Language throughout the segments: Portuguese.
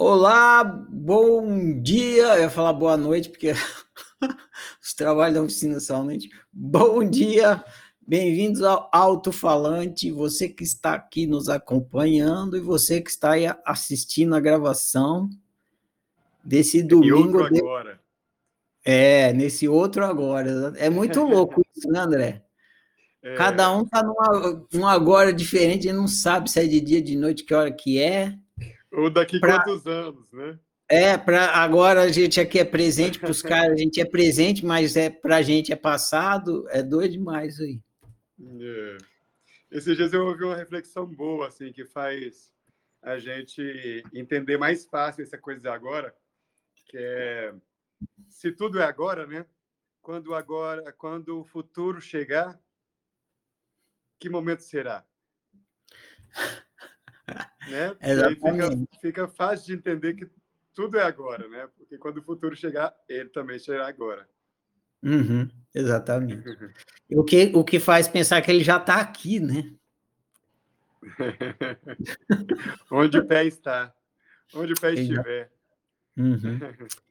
Olá, bom dia. Eu ia falar boa noite, porque os trabalhos da oficina são à noite. Bom dia, bem-vindos ao Alto Falante. Você que está aqui nos acompanhando e você que está aí assistindo a gravação desse Em outro domingo. agora. Nesse outro agora. É muito louco isso, né, André? Cada É, um está num agora diferente, e não sabe se é de dia, de noite, que hora que é. ou daqui quantos anos, né? Para agora a gente aqui é presente, para os caras a gente é presente, mas para a gente é passado, é doido demais aí. É. Esses dias eu ouvi uma reflexão boa, assim, que faz a gente entender mais fácil essa coisa de agora, que é se tudo é agora, né? Quando o futuro chegar, que momento será? Né? E aí Exatamente. fica fácil de entender que tudo é agora, né? Porque quando o futuro chegar, ele também será agora. Uhum, exatamente. O que faz pensar que ele já está aqui, né? Onde o pé está, onde o pé estiver. Uhum.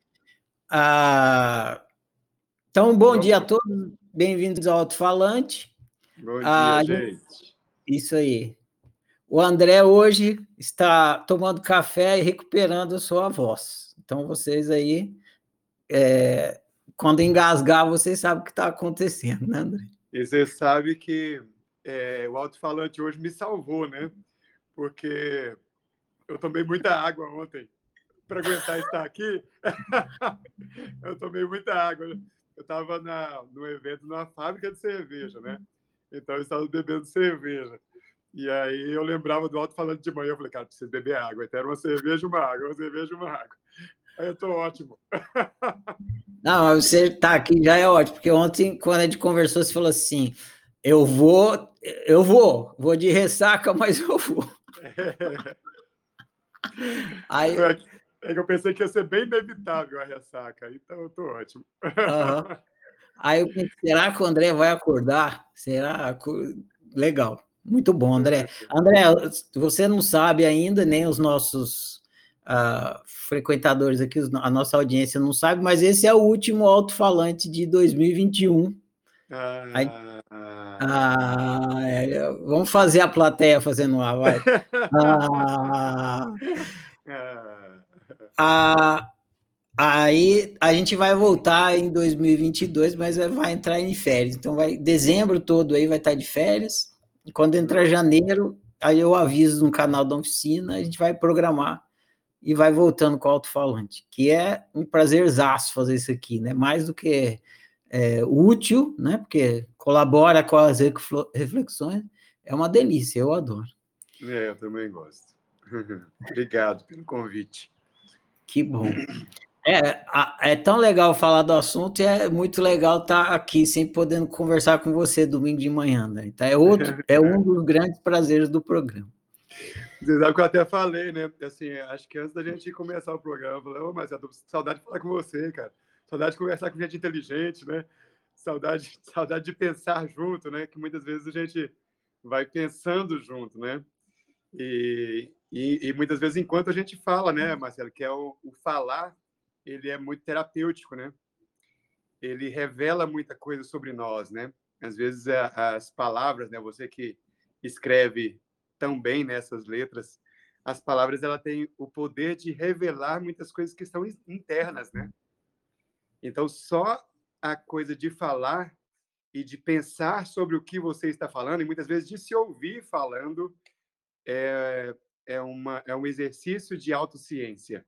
Ah, então, bom dia a Vamos. todos, bem-vindos ao Alto-Falante. Bom dia, Ah, gente. isso aí. O André hoje está tomando café e recuperando a sua voz. Então, vocês aí, quando engasgar, vocês sabem o que está acontecendo, né, André? E você sabe que o alto-falante hoje me salvou, né? Porque eu tomei muita água ontem para aguentar estar aqui. Eu tomei muita água. Eu estava no evento numa fábrica de cerveja, né? Então eu estava bebendo cerveja. E aí eu lembrava do alto-falante de manhã. Eu falei, cara, preciso beber água. Então era uma cerveja, uma água, uma cerveja, uma água. Aí eu tô ótimo. Não, mas você está aqui já é ótimo, porque ontem, quando a gente conversou, você falou assim: eu vou de ressaca, mas eu vou. Aí, É que eu pensei que ia ser bem inevitável a ressaca, então eu tô ótimo. aham. Aí eu pensei, será que o André vai acordar? Será? Legal. Muito bom, André. André, você não sabe ainda, nem os nossos frequentadores aqui, a nossa audiência não sabe, mas esse é o último alto-falante de 2021. Aí, vamos fazer a plateia fazendo ar, vai. Ah, ah, Aí a gente vai voltar em 2022, mas vai entrar em férias. Então vai dezembro todo aí vai estar de férias. E quando entrar janeiro, aí eu aviso no canal da oficina, a gente vai programar e vai voltando com o alto-falante, que é um prazerzaço fazer isso aqui, né? Mais do que útil, né? Porque colabora com as reflexões, é uma delícia, eu adoro. Eu também gosto. Obrigado pelo convite. Que bom. É tão legal falar do assunto e é muito legal estar aqui, sempre podendo conversar com você domingo de manhã, né? Então é um dos grandes prazeres do programa. Você sabe que eu até falei, né? Assim, acho que antes da gente começar o programa, eu falei, mas eu tô com saudade de falar com você, cara. Saudade de conversar com gente inteligente, né? Saudade de pensar junto, né? Que muitas vezes a gente vai pensando junto, né? E muitas vezes, enquanto a gente fala, né, Marcelo, que é o falar, ele é muito terapêutico, né? Ele revela muita coisa sobre nós, né? Às vezes as palavras, né? Você que escreve tão bem nessas letras, as palavras ela tem o poder de revelar muitas coisas que estão internas, né? Então só a coisa de falar e de pensar sobre o que você está falando e muitas vezes de se ouvir falando é um exercício de autociência.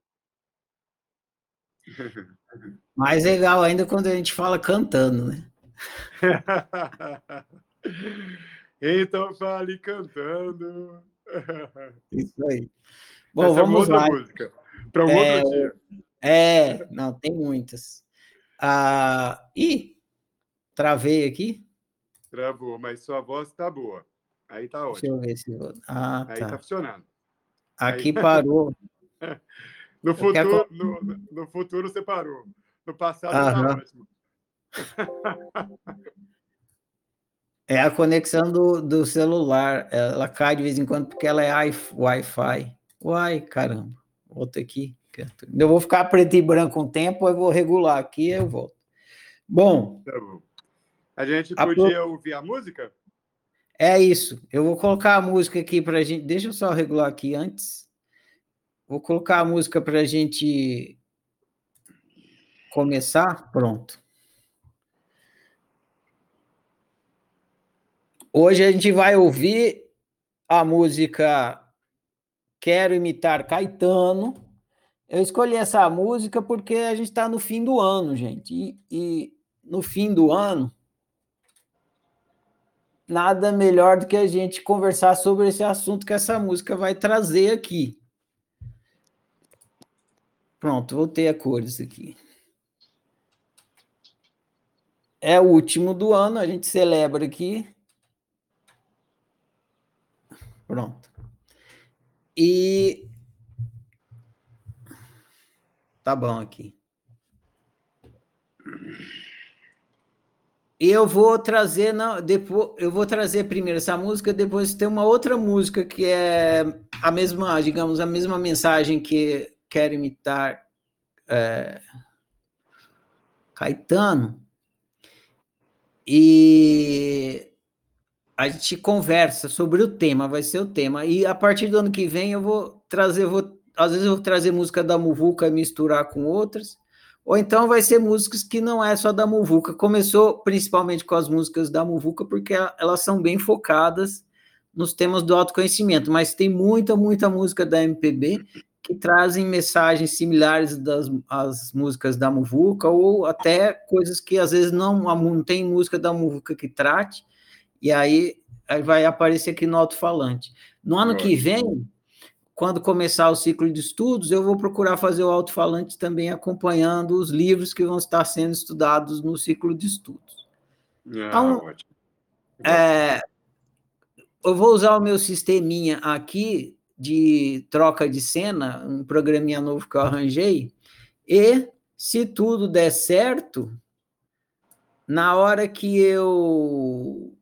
Mais legal ainda quando a gente fala cantando, né? Então fale cantando. Isso aí. Bom, Essa é uma vamos outra lá. música, para um É, outro dia. não, tem muitas. Ih, travei aqui. Travou, mas sua voz está boa. Aí tá Deixa eu ótimo. ver se. Aí tá Tá. funcionando. Aí, Aqui parou. no Eu quero. futuro, no futuro você parou. No passado tá Aham. ótimo. É a conexão do celular. Ela cai de vez em quando porque ela é Wi-Fi. Uai, caramba. Volto aqui. Eu vou ficar preto e branco um tempo, eu vou regular aqui e eu volto. Bom. Tá bom. A gente podia ouvir a música? É isso. Eu vou colocar a música aqui para a gente. Deixa eu só regular aqui antes. Vou colocar a música para a gente começar. Pronto. Hoje a gente vai ouvir a música Quero Imitar Caetano. Eu escolhi essa música porque a gente está no fim do ano, gente. E no fim do ano, nada melhor do que a gente conversar sobre esse assunto que essa música vai trazer aqui. Pronto, voltei a cores aqui. É o último do ano, a gente celebra aqui. Pronto. E tá bom aqui. E eu vou trazer, depois, eu vou trazer primeiro essa música, depois tem uma outra música que é a mesma, digamos, a mesma mensagem que Quero Imitar Caetano. E a gente conversa sobre o tema, vai ser o tema. E a partir do ano que vem eu vou trazer, às vezes eu vou trazer música da Muvuca e misturar com outras, ou então vai ser músicas que não é só da Muvuca. Começou principalmente com as músicas da Muvuca, porque elas são bem focadas nos temas do autoconhecimento, mas tem muita música da MPB que trazem mensagens similares às músicas da Muvuca, ou até coisas que às vezes não tem música da Muvuca que trate, e aí vai aparecer aqui no alto-falante. No ano que vem, quando começar o ciclo de estudos, eu vou procurar fazer o alto-falante também acompanhando os livros que vão estar sendo estudados no ciclo de estudos. Então, ótimo. Eu vou usar o meu sisteminha aqui de troca de cena, um programinha novo que eu arranjei, e se tudo der certo, na hora que eu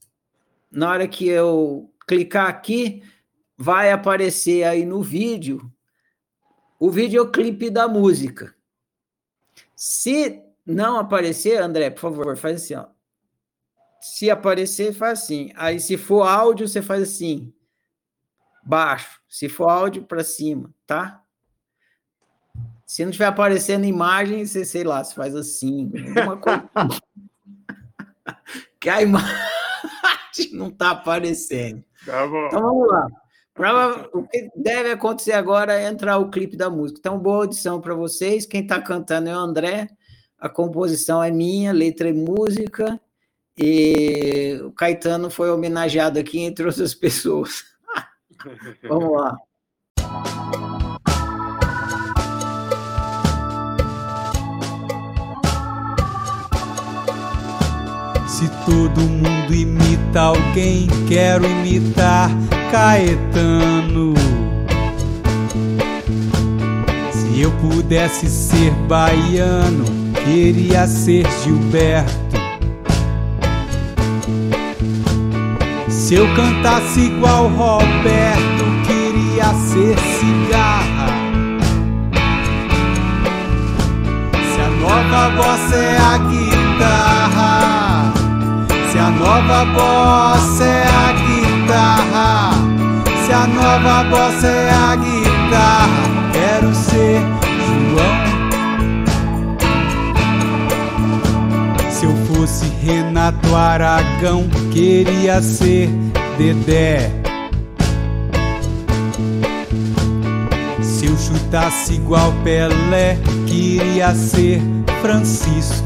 clicar aqui, vai aparecer aí no vídeo o videoclipe da música. Se não aparecer, André, por favor, faz assim, ó. Se aparecer, faz assim. Aí, se for áudio, você faz assim, baixo. Se for áudio, para cima, tá? Se não estiver aparecendo imagem, você, sei lá, você faz assim, alguma coisa. Que a imagem não está aparecendo. Tá bom. Então, vamos lá. O que deve acontecer agora é entrar o clipe da música. Então, boa audição para vocês. Quem está cantando é o André. A composição é minha, letra e música. E o Caetano foi homenageado aqui, entre outras pessoas. Vamos lá. Se todo mundo imita alguém, quero imitar Caetano. Se eu pudesse ser baiano, queria ser Gilberto. Se eu cantasse igual Roberto, queria ser Cigarra. Se a nova bossa é a guitarra, se a nova bossa é a guitarra, se a nova bossa é a guitarra, quero ser João. Se eu fosse Renato Aragão, queria ser Dedé. Se eu chutasse igual Pelé, queria ser Francisco.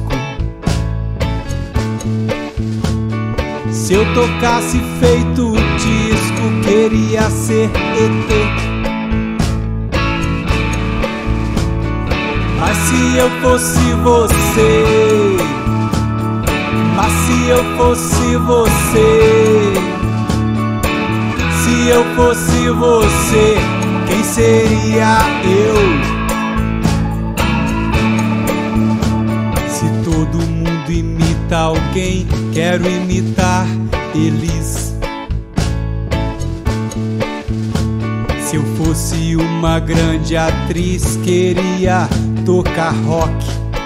Se eu tocasse feito disco, queria ser ET. Mas se eu fosse você, mas se eu fosse você, se eu fosse você, quem seria eu? Se todo mundo imita alguém, quero imitar Elis. Se Se eu fosse uma grande atriz, queria tocar rock.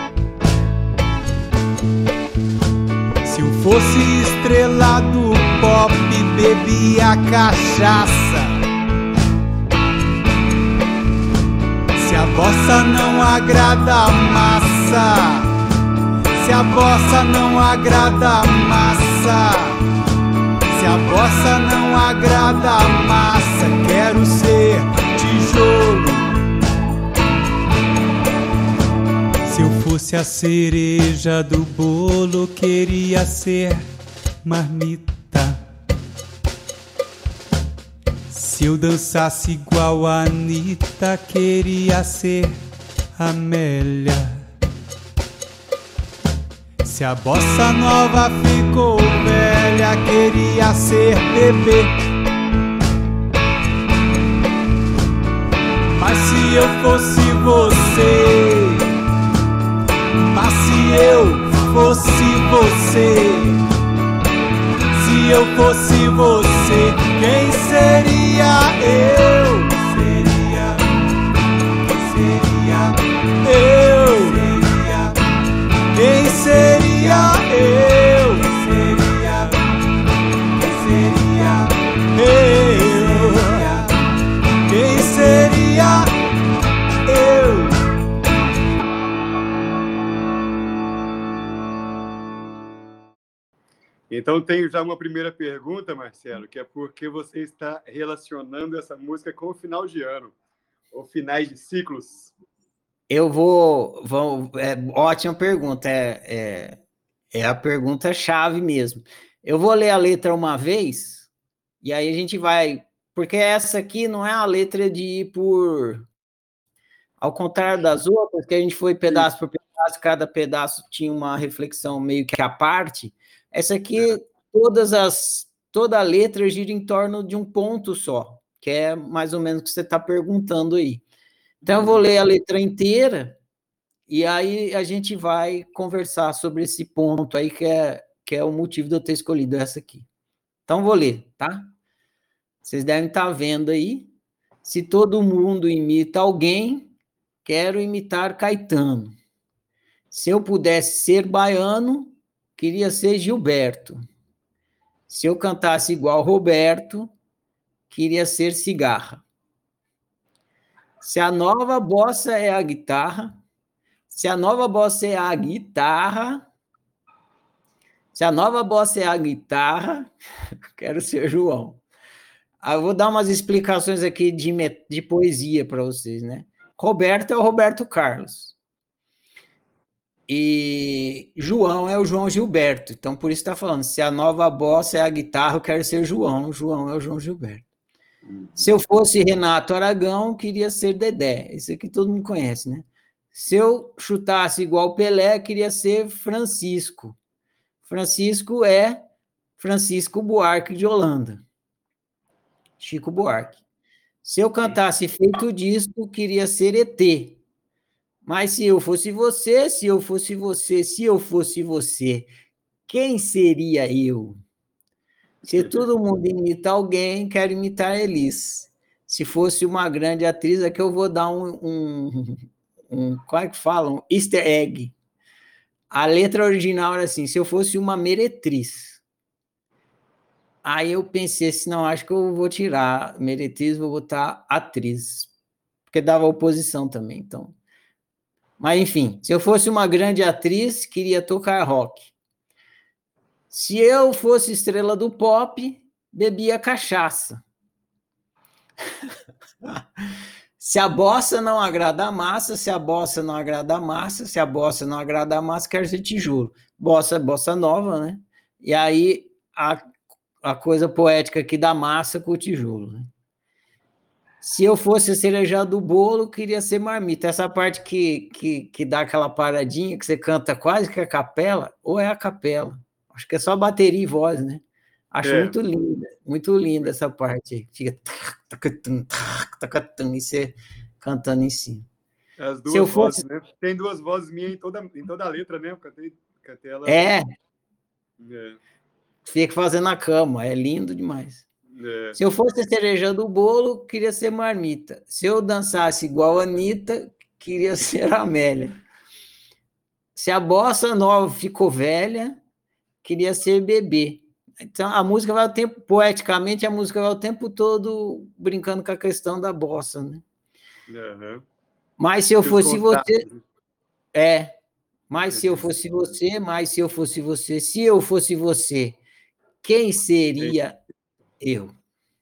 Se eu fosse estrela do pop, bebia cachaça. Se a bossa não agrada a massa, se a bossa não agrada a massa, se a bossa não agrada a massa, quero ser tijolo. Se eu fosse a cereja do bolo, queria ser marmita. Se eu dançasse igual a Anitta, queria ser Amélia. Se a bossa nova ficou velha, queria ser bebê. Mas se eu fosse você, mas se eu fosse você, se eu fosse você, quem seria eu? Quem seria eu? Quem seria eu? Quem seria eu? Quem seria eu? Então, tenho já uma primeira pergunta, Marcelo, que é por que você está relacionando essa música com o final de ano, ou finais de ciclos? Eu vou ótima pergunta, é a pergunta-chave mesmo. Eu vou ler a letra uma vez, e aí a gente vai... Porque essa aqui não é a letra de ir por... Ao contrário das outras, que a gente foi pedaço por pedaço, cada pedaço tinha uma reflexão meio que à parte. Essa aqui, toda a letra gira em torno de um ponto só, que é mais ou menos o que você está perguntando aí. Então, eu vou ler a letra inteira, e aí a gente vai conversar sobre esse ponto aí, que é o motivo de eu ter escolhido essa aqui. Então, vou ler, tá? Vocês devem estar vendo aí. Se todo mundo imita alguém, quero imitar Caetano. Se eu pudesse ser baiano, queria ser Gilberto. Se eu cantasse igual Roberto, queria ser Cigarra. Se a nova bossa é a guitarra, se a nova bossa é a guitarra, se a nova bossa é a guitarra, quero ser João. Eu vou dar umas explicações aqui de poesia para vocês, né? Roberto é o Roberto Carlos. E João é o João Gilberto. Então, por isso está falando, se a nova bossa é a guitarra, eu quero ser João. João é o João Gilberto. Se eu fosse Renato Aragão, queria ser Dedé. Esse aqui todo mundo conhece, né? Se eu chutasse igual Pelé, queria ser Francisco. Francisco é Francisco Buarque de Holanda. Chico Buarque. Se eu cantasse feito disco, queria ser ET. Mas se eu fosse você, se eu fosse você, se eu fosse você, quem seria eu? Se todo mundo imita alguém, quero imitar Elis. Se fosse uma grande atriz, é que eu vou dar como é que fala? Um easter egg. A letra original era assim, se eu fosse uma meretriz. Aí eu pensei assim, não, acho que eu vou tirar meretriz, vou botar atriz. Porque dava oposição também, então... Mas, enfim, se eu fosse uma grande atriz, queria tocar rock. Se eu fosse estrela do pop, bebia cachaça. Se a bossa não agrada a massa, se a bossa não agrada a massa, se a bossa não agrada a massa, quero ser tijolo. Bossa nova, né? E aí, a coisa poética aqui da massa com o tijolo, né? Se eu fosse a cereja do bolo, queria ser marmita. Essa parte que dá aquela paradinha, que você canta quase que a capela, ou é a capela. Acho que é só bateria e voz, né? Acho muito linda essa parte aí. Fica e você cantando em cima. As duas vozes, né? Tem duas vozes minhas em toda a letra, né? Eu cantei ela. Fica fazendo a cama, é lindo demais. Se eu fosse a cereja do bolo, queria ser marmita. Se eu dançasse igual a Anitta, queria ser a Amélia. Se a bossa nova ficou velha, queria ser bebê. Então, a música vai o tempo, poeticamente, a música vai o tempo todo brincando com a questão da bossa, né? Mas se eu fosse você... mas se eu fosse você, mas se eu fosse você, se eu fosse você, quem seria eu?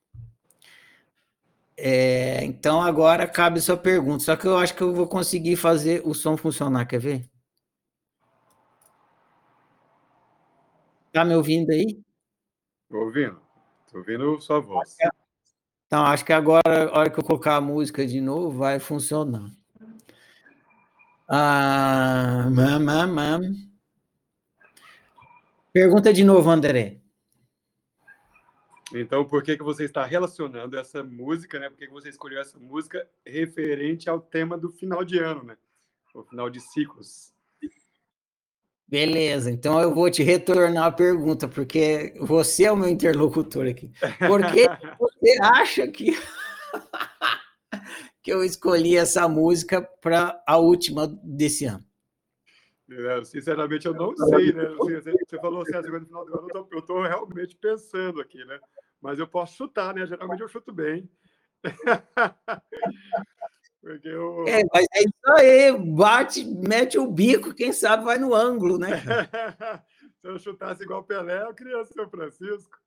Então, agora cabe a sua pergunta. Só que eu acho que eu vou conseguir fazer o som funcionar. Quer ver? Tá me ouvindo aí? Estou ouvindo. Estou ouvindo sua voz. Então, acho que agora, a hora que eu colocar a música de novo, vai funcionar. Pergunta de novo, André. Então, por que você está relacionando essa música, né? Por que você escolheu essa música referente ao tema do final de ano, né? O final de ciclos. Beleza, então eu vou te retornar a pergunta, porque você é o meu interlocutor aqui. Por que você acha que eu escolhi essa música para a última desse ano? Sinceramente, eu não sei, né? Você falou assim, a segunda final do ano, eu estou realmente pensando aqui, né? Mas eu posso chutar, né? Geralmente eu chuto bem. Porque mas é isso aí, bate, mete o bico, quem sabe vai no ângulo, né? Se eu chutasse igual Pelé, eu queria ser o Francisco.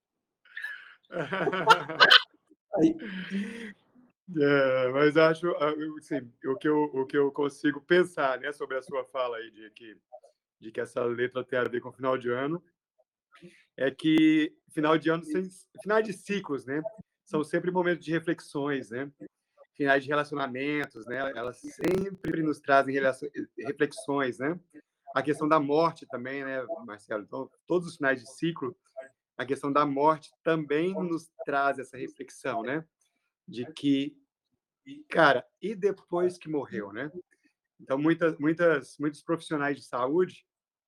Mas acho, assim, o que eu consigo pensar, né, sobre a sua fala aí de que essa letra tem a ver com o final de ano, é que final de ano, finais de ciclos, né, são sempre momentos de reflexões, né, finais de relacionamentos, né, elas sempre nos trazem reflexões, né, a questão da morte também, né, Marcelo, então todos os finais de ciclo, a questão da morte também nos traz essa reflexão, né, de que, cara, e depois que morreu, né? Então, muitos profissionais de saúde,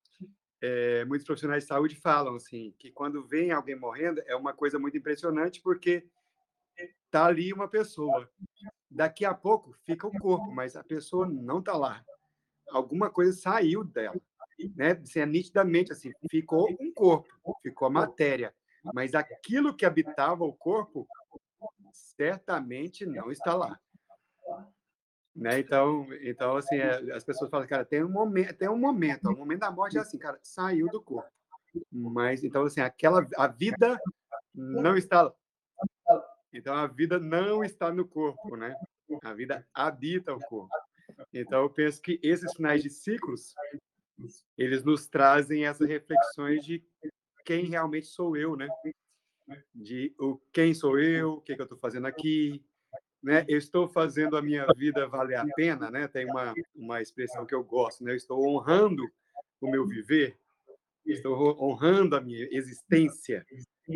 falam assim que quando vem alguém morrendo é uma coisa muito impressionante porque tá ali uma pessoa. Daqui a pouco fica o corpo, mas a pessoa não tá lá. Alguma coisa saiu dela, né? Assim, nitidamente assim, ficou um corpo, ficou a matéria, mas aquilo que habitava o corpo certamente não está lá. Né? Então assim, as pessoas falam, cara, tem um momento, o momento da morte é assim, cara, saiu do corpo. Mas, então, assim, a vida não está lá. Então, a vida não está no corpo, né? A vida habita o corpo. Então, eu penso que esses finais de ciclos, eles nos trazem essas reflexões de quem realmente sou eu, né? De quem sou eu, o que eu estou fazendo aqui, né? Eu estou fazendo a minha vida valer a pena, né? Tem uma expressão que eu gosto, né? Eu estou honrando o meu viver, estou honrando a minha existência.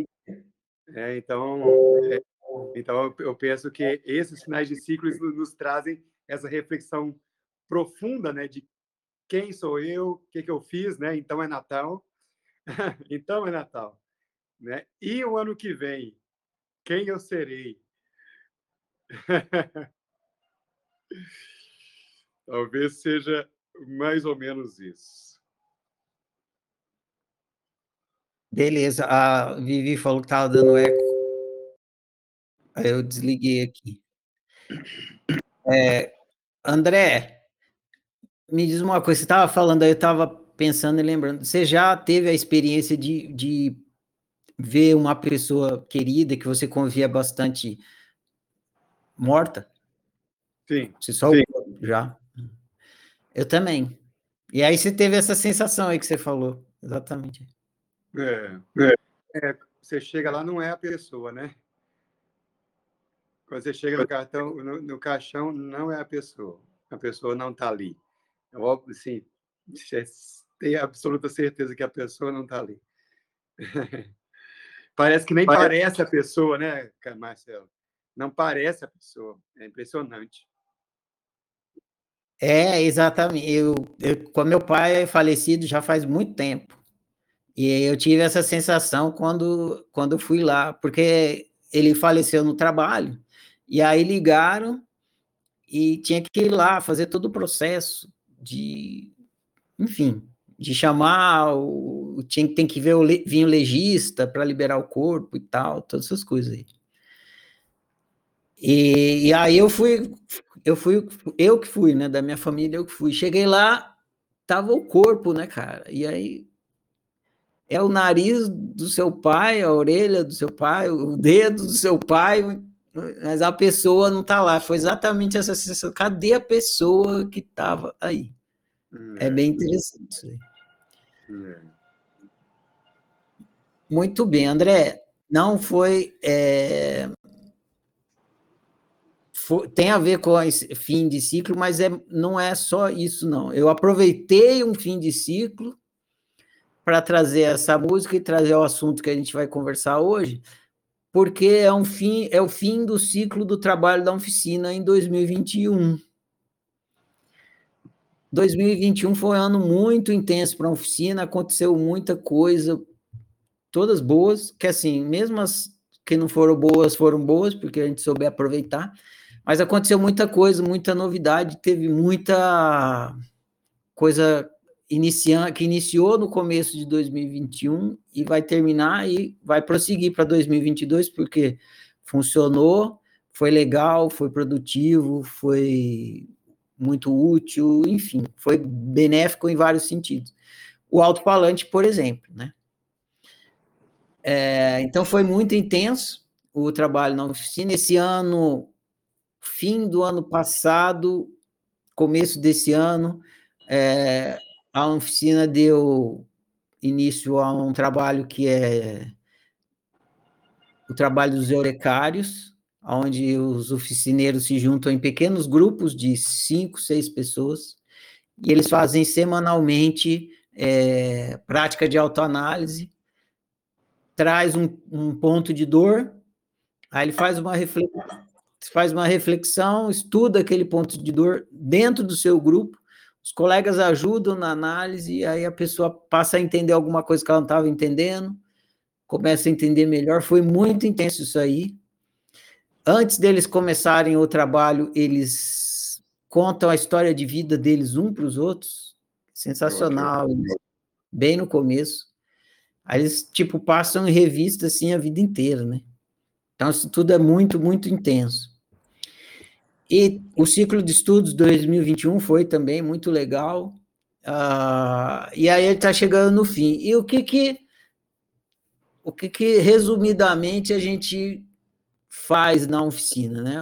Então eu penso que esses finais de ciclos nos trazem essa reflexão profunda, né? De quem sou eu, o que eu fiz, né? Então é Natal, então é Natal, né? E o ano que vem, quem eu serei? Talvez seja mais ou menos isso. Beleza, a Vivi falou que estava dando eco. Aí eu desliguei aqui. André, me diz uma coisa, você estava falando aí, eu estava pensando e lembrando, você já teve a experiência de ver uma pessoa querida que você convia bastante morta? Sim. Você só já? Eu também. E aí você teve essa sensação aí que você falou, exatamente. Você chega lá, não é a pessoa, né? Quando você chega no caixão, não é a pessoa não está ali. É óbvio, assim, você tem absoluta certeza que a pessoa não está ali. Parece que nem parece a pessoa, né, Marcelo? Não parece a pessoa, é impressionante. Exatamente. Com meu pai é falecido já faz muito tempo. E eu tive essa sensação quando fui lá, porque ele faleceu no trabalho, e aí ligaram e tinha que ir lá fazer todo o processo de, enfim, de chamar, tem que ver vir o legista para liberar o corpo e tal, todas essas coisas aí. E aí eu que fui, né, da minha família, eu que fui. Cheguei lá, tava o corpo, né, cara? E aí é o nariz do seu pai, a orelha do seu pai, o dedo do seu pai, mas a pessoa não tá lá. Foi exatamente essa sensação. Cadê a pessoa que estava aí? É bem interessante isso aí. Muito bem, André. Não foi, tem a ver com esse fim de ciclo, mas não é só isso, não. Eu aproveitei um fim de ciclo para trazer essa música e trazer o assunto que a gente vai conversar hoje, porque é o fim do ciclo do trabalho da oficina em 2021. 2021 foi um ano muito intenso para a oficina, aconteceu muita coisa, todas boas, que assim, mesmo as que não foram boas, porque a gente soube aproveitar, mas aconteceu muita coisa, muita novidade, teve muita coisa que iniciou no começo de 2021 e vai terminar e vai prosseguir para 2022, porque funcionou, foi legal, foi produtivo, foi muito útil, enfim, foi benéfico em vários sentidos. O alto-falante, por exemplo, né? Então foi muito intenso o trabalho na oficina. Esse ano, fim do ano passado, começo desse ano, a oficina deu início a um trabalho que é o trabalho dos eurecários, onde os oficineiros se juntam em pequenos grupos de 5, 6 pessoas, e eles fazem semanalmente prática de autoanálise, traz um ponto de dor, aí ele faz uma reflexão, estuda aquele ponto de dor dentro do seu grupo, os colegas ajudam na análise, aí a pessoa passa a entender alguma coisa que ela não estava entendendo, começa a entender melhor. Foi muito intenso isso aí. Antes deles começarem o trabalho, eles contam a história de vida deles um para os outros, sensacional, bem no começo. Aí eles, tipo, passam em revista, assim, a vida inteira, né? Então, isso tudo é muito, muito intenso. E o ciclo de estudos 2021 foi também muito legal. E aí ele está chegando no fim. E o que resumidamente, a gente faz na oficina, né?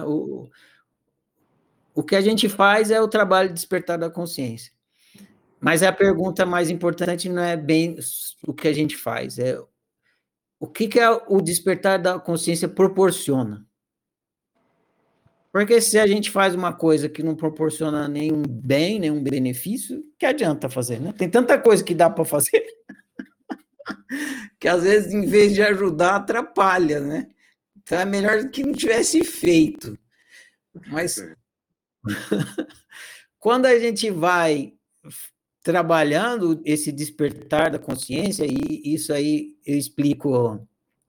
O que a gente faz é o trabalho de despertar da consciência. Mas a pergunta mais importante não é bem o que a gente faz, é o que o despertar da consciência proporciona. Porque se a gente faz uma coisa que não proporciona nenhum bem, nenhum benefício, que adianta fazer, né? Tem tanta coisa que dá para fazer que às vezes, em vez de ajudar, atrapalha, né? Então é melhor que não tivesse feito. Mas quando a gente vai trabalhando esse despertar da consciência, e isso aí eu explico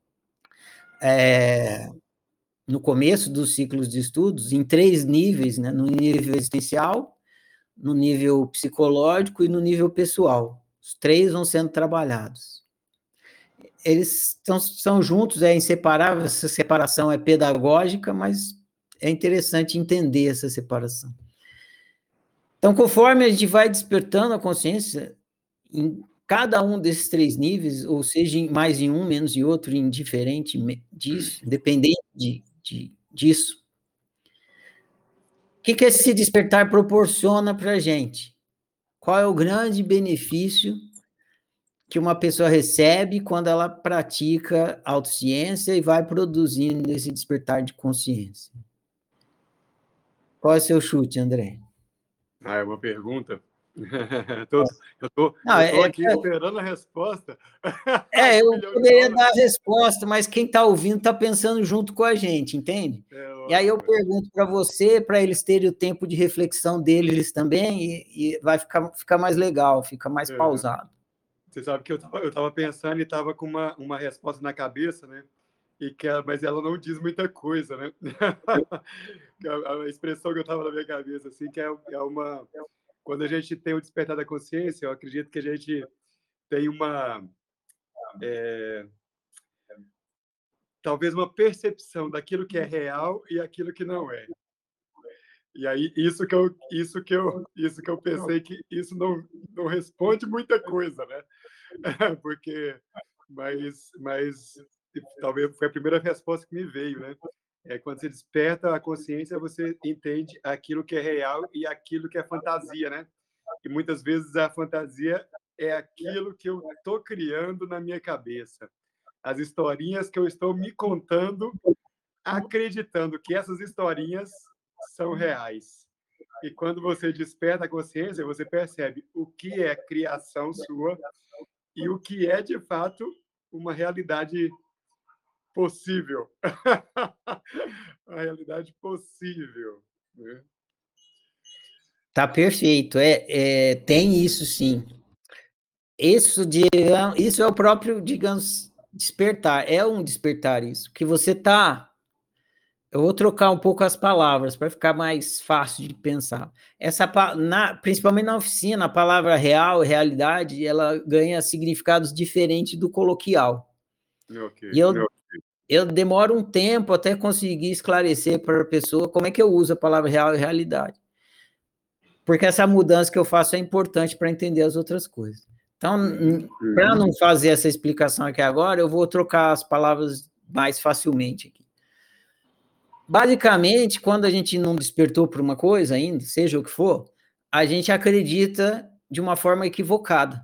no começo dos ciclos de estudos, em 3 níveis, né? No nível existencial, no nível psicológico e no nível pessoal. Os 3 vão sendo trabalhados. Eles são juntos, é inseparável, essa separação é pedagógica, mas é interessante entender essa separação. Então, conforme a gente vai despertando a consciência, em cada um desses 3 níveis, ou seja, mais em um, menos em outro, indiferente disso, independente disso, o que esse despertar proporciona para a gente? Qual é o grande benefício que uma pessoa recebe quando ela pratica autociência e vai produzindo esse despertar de consciência? Qual é o seu chute, André? É uma pergunta. Eu tô aqui esperando a resposta. Eu poderia dar a resposta, mas quem está ouvindo está pensando junto com a gente, entende? E aí eu pergunto para você, para eles terem o tempo de reflexão deles também, e vai ficar mais legal, fica mais pausado. Você sabe que eu estava pensando e estava com uma resposta na cabeça, né? mas ela não diz muita coisa, né? A expressão que eu estava na minha cabeça, assim, que é uma... Quando a gente tem o despertar da consciência, eu acredito que a gente tem talvez uma percepção daquilo que é real e aquilo que não é. E aí, isso que eu pensei que isso não responde muita coisa, né? Porque, mas talvez foi a primeira resposta que me veio, né? Quando você desperta a consciência, você entende aquilo que é real e aquilo que é fantasia, né? E muitas vezes a fantasia é aquilo que eu estou criando na minha cabeça. As historinhas que eu estou me contando, acreditando que essas historinhas são reais. E quando você desperta a consciência, você percebe o que é criação sua e o que é, de fato, uma realidade possível. A realidade possível, né? Tá perfeito. Tem isso sim. Isso é o próprio, digamos, despertar. É um despertar isso. Que você tá. Eu vou trocar um pouco as palavras para ficar mais fácil de pensar. Principalmente na oficina, a palavra real, realidade, ela ganha significados diferentes do coloquial. Ok. E eu demoro um tempo até conseguir esclarecer para a pessoa como é que eu uso a palavra real e realidade. Porque essa mudança que eu faço é importante para entender as outras coisas. Então, para não fazer essa explicação aqui agora, eu vou trocar as palavras mais facilmente aqui. Basicamente, quando a gente não despertou por uma coisa ainda, seja o que for, a gente acredita de uma forma equivocada.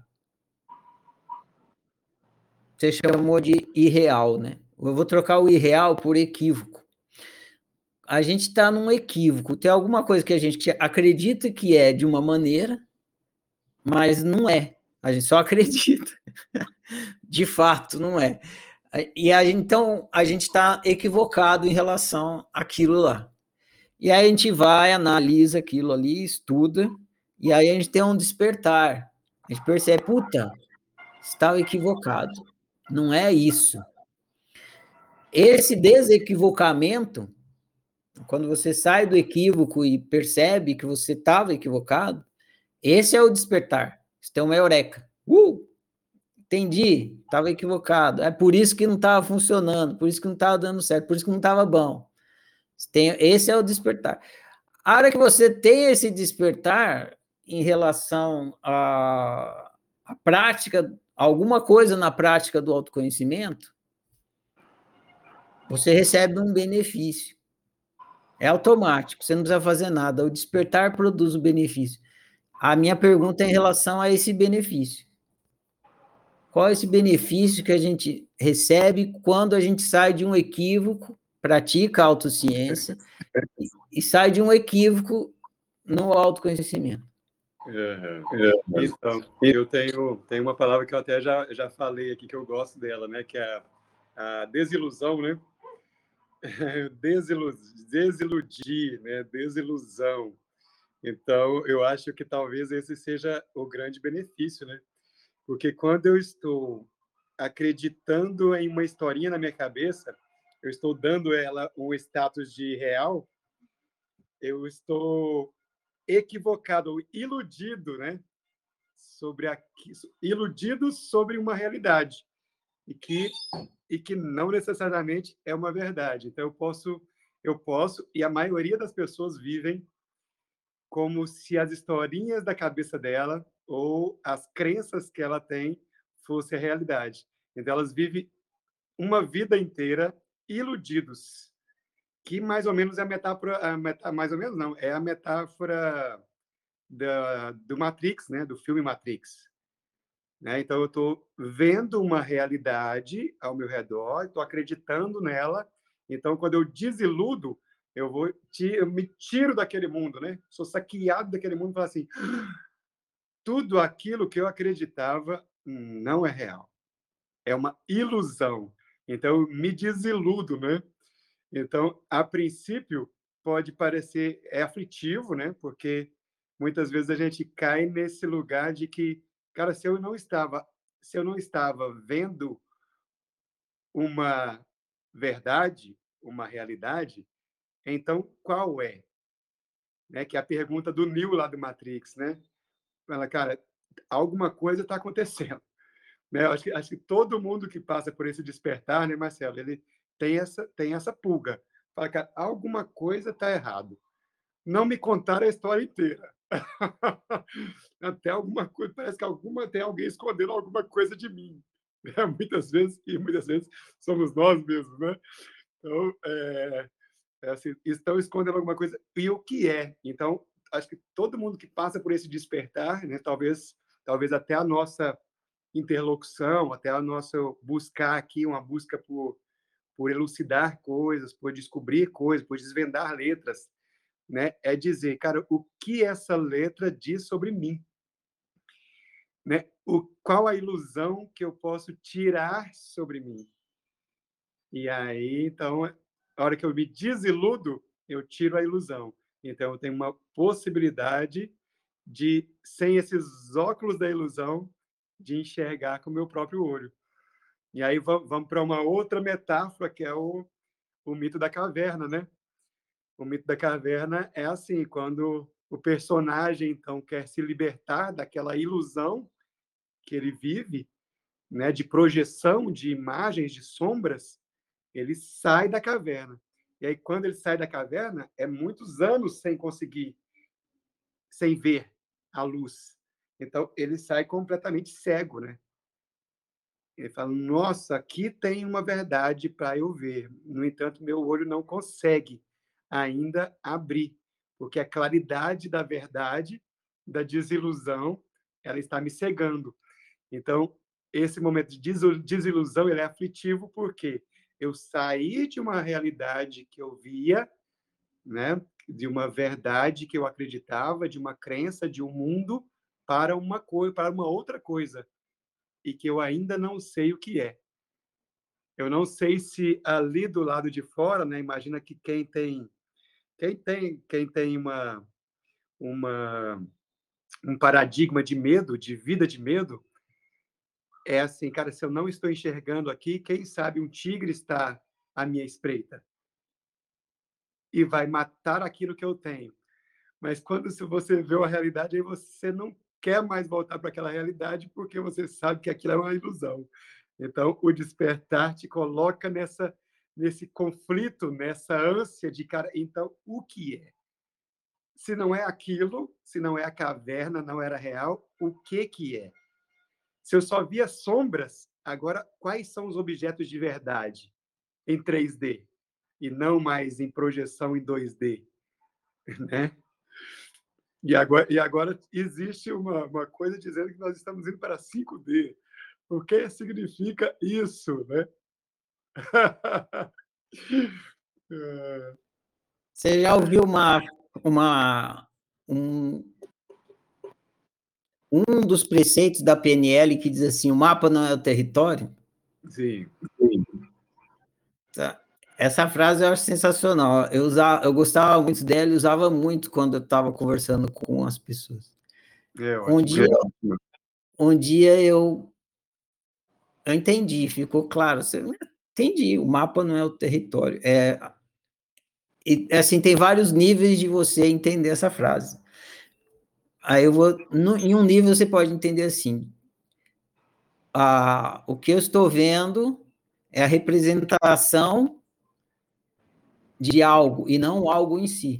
Você chamou de irreal, né? Eu vou trocar o irreal por equívoco. A gente está num equívoco. Tem alguma coisa que a gente acredita que é de uma maneira, mas não é. A gente só acredita. De fato, não é. Então, a gente está equivocado em relação àquilo lá. E aí a gente vai, analisa aquilo ali, estuda, e aí a gente tem um despertar. A gente percebe, puta, estava equivocado. Não é isso. Esse desequivocamento, quando você sai do equívoco e percebe que você estava equivocado, esse é o despertar. Isso é uma eureka. Entendi, estava equivocado. É por isso que não estava funcionando, por isso que não estava dando certo, por isso que não estava bom. Esse é o despertar. A hora que você tem esse despertar em relação à prática, alguma coisa na prática do autoconhecimento, você recebe um benefício. É automático, você não precisa fazer nada. O despertar produz o benefício. A minha pergunta é em relação a esse benefício. Qual é esse benefício que a gente recebe quando a gente sai de um equívoco, pratica a autociência, e sai de um equívoco no autoconhecimento? Então, eu tenho uma palavra que eu até já falei aqui, que eu gosto dela, né? Que é a desilusão, né? Desiludir, né? Desilusão. Então, eu acho que talvez esse seja o grande benefício, né? Porque quando eu estou acreditando em uma historinha na minha cabeça, eu estou dando ela um status de real, eu estou equivocado, iludido, né? Iludido sobre uma realidade e que não necessariamente é uma verdade. Então eu posso, e a maioria das pessoas vivem como se as historinhas da cabeça dela ou as crenças que ela tem fosse a realidade. Então elas vivem uma vida inteira iludidos, que mais ou menos é a metáfora, mais ou menos não, é a metáfora do Matrix, né, do filme Matrix. Né? Então eu estou vendo uma realidade ao meu redor, estou acreditando nela. Então quando eu desiludo, eu me tiro daquele mundo, né? Sou saqueado daquele mundo e falo assim: tudo aquilo que eu acreditava não é real, é uma ilusão. Então eu me desiludo, né? Então, a princípio, pode parecer aflitivo, né? Porque muitas vezes a gente cai nesse lugar de que, cara, se eu não estava vendo uma verdade, uma realidade, então qual é? Né? Que é a pergunta do Neo lá do Matrix, né? Fala, cara, alguma coisa está acontecendo. Né? Acho que todo mundo que passa por esse despertar, né, Marcelo, ele tem essa pulga. Fala, cara, alguma coisa está errado. Não me contaram a história inteira. Até alguma coisa, parece que tem alguém escondendo alguma coisa de mim. É, muitas vezes somos nós mesmos, né? Então, assim, estão escondendo alguma coisa. E o que é? Então, acho que todo mundo que passa por esse despertar, né, talvez até a nossa interlocução, até a nossa buscar aqui, uma busca por elucidar coisas, por descobrir coisas, por desvendar letras, né? É dizer, cara, o que essa letra diz sobre mim? Né? Qual a ilusão que eu posso tirar sobre mim? E aí, então, a hora que eu me desiludo, eu tiro a ilusão. Então, eu tenho uma possibilidade de, sem esses óculos da ilusão, de enxergar com o meu próprio olho. E aí vamos para uma outra metáfora, que é o mito da caverna, né? O mito da caverna é assim, quando o personagem, então, quer se libertar daquela ilusão que ele vive, né, de projeção de imagens, de sombras, ele sai da caverna. E aí, quando ele sai da caverna, é muitos anos sem ver a luz. Então, ele sai completamente cego, né? Ele fala, nossa, aqui tem uma verdade para eu ver. No entanto, meu olho não consegue ainda abrir, porque a claridade da verdade, da desilusão, ela está me cegando. Então, esse momento de desilusão, ele é aflitivo porque eu saí de uma realidade que eu via, né, de uma verdade que eu acreditava, de uma crença, de um mundo, para uma outra coisa, e que eu ainda não sei o que é. Eu não sei se ali do lado de fora, né, imagina que quem tem uma um paradigma de medo, de vida de medo, é assim, cara, se eu não estou enxergando aqui, quem sabe um tigre está à minha espreita e vai matar aquilo que eu tenho. Mas quando você vê a realidade, aí você não quer mais voltar para aquela realidade porque você sabe que aquilo é uma ilusão. Então, o despertar te coloca nesse conflito, nessa ânsia de, cara, então, o que é? Se não é aquilo, se não é a caverna, não era real, o que é? Se eu só via sombras, agora quais são os objetos de verdade em 3D e não mais em projeção em 2D, né? E agora existe uma coisa dizendo que nós estamos indo para 5D. O que significa isso, né? Você já ouviu um, um dos preceitos da PNL que diz assim, o mapa não é o território? Sim. Tá. Essa frase eu acho sensacional. Eu gostava muito dela e usava muito quando eu estava conversando com as pessoas. É ótimo. Um dia eu entendi, ficou claro. Entendi, o mapa não é o território. E, assim, tem vários níveis de você entender essa frase. Aí eu vou. Em um nível você pode entender assim: o que eu estou vendo é a representação de algo e não algo em si.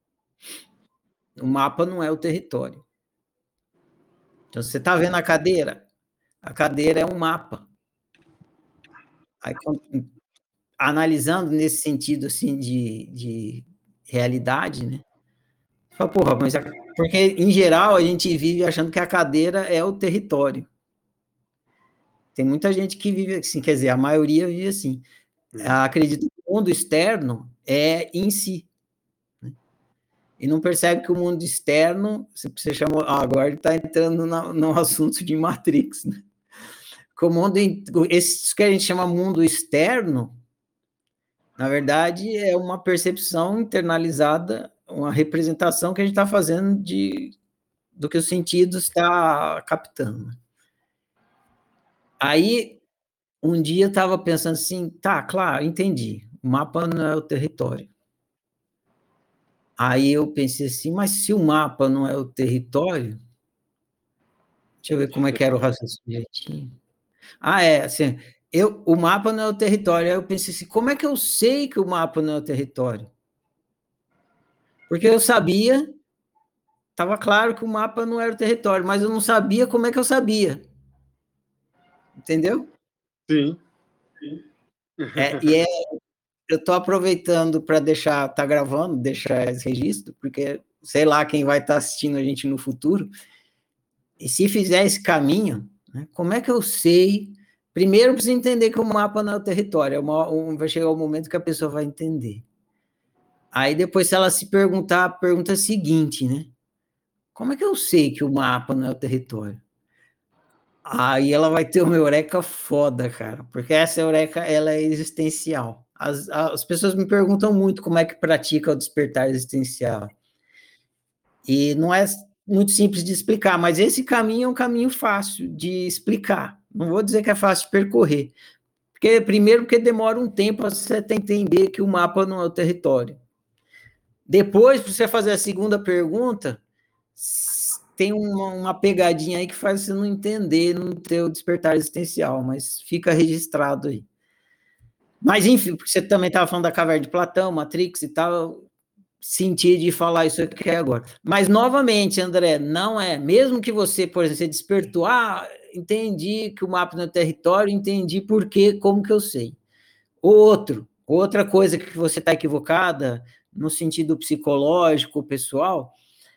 O mapa não é o território. Então, você está vendo a cadeira é um mapa. Aí, analisando nesse sentido assim de realidade, né? Fala, porra, mas porque em geral a gente vive achando que a cadeira é o território. Tem muita gente que vive assim, quer dizer, a maioria vive assim. Acredita que o mundo externo é em si. Né? E não percebe que o mundo externo, você chamou, agora ele está entrando no assunto de Matrix, né? Que o mundo, esse que a gente chama mundo externo, na verdade, é uma percepção internalizada, uma representação que a gente está fazendo do que os sentidos está captando. Aí, um dia eu estava pensando assim, tá, claro, entendi, o mapa não é o território. Aí eu pensei assim, mas se o mapa não é o território, deixa eu ver como é que era o raciocínio. Assim, o mapa não é o território. Aí eu pensei assim, como é que eu sei que o mapa não é o território? Porque eu sabia, estava claro que o mapa não era o território, mas eu não sabia como é que eu sabia. Entendeu? Sim. Eu estou aproveitando para tá gravando, deixar esse registro, porque sei lá quem vai estar assistindo a gente no futuro. E se fizer esse caminho, né, como é que eu sei? Primeiro, precisa entender que o mapa não é o território, vai chegar o momento que a pessoa vai entender. Aí depois, se ela se perguntar, a pergunta seguinte, né? Como é que eu sei que o mapa não é o território? Aí ela vai ter uma eureka foda, cara, porque essa eureka, ela é existencial. As pessoas me perguntam muito como é que pratica o despertar existencial. E não é muito simples de explicar, mas esse caminho é um caminho fácil de explicar. Não vou dizer que é fácil de percorrer, porque demora um tempo para você entender que o mapa não é o território. Depois, para você fazer a segunda pergunta, tem uma pegadinha aí que faz você não entender, não ter o despertar existencial, mas fica registrado aí. Mas, enfim, porque você também estava falando da caverna de Platão, Matrix e tal, senti de falar isso aqui agora. Mas, novamente, André, não é, mesmo que você, por exemplo, você despertou, entendi que o mapa não é território, entendi por quê, como que eu sei. Outra coisa que você está equivocada, no sentido psicológico, pessoal,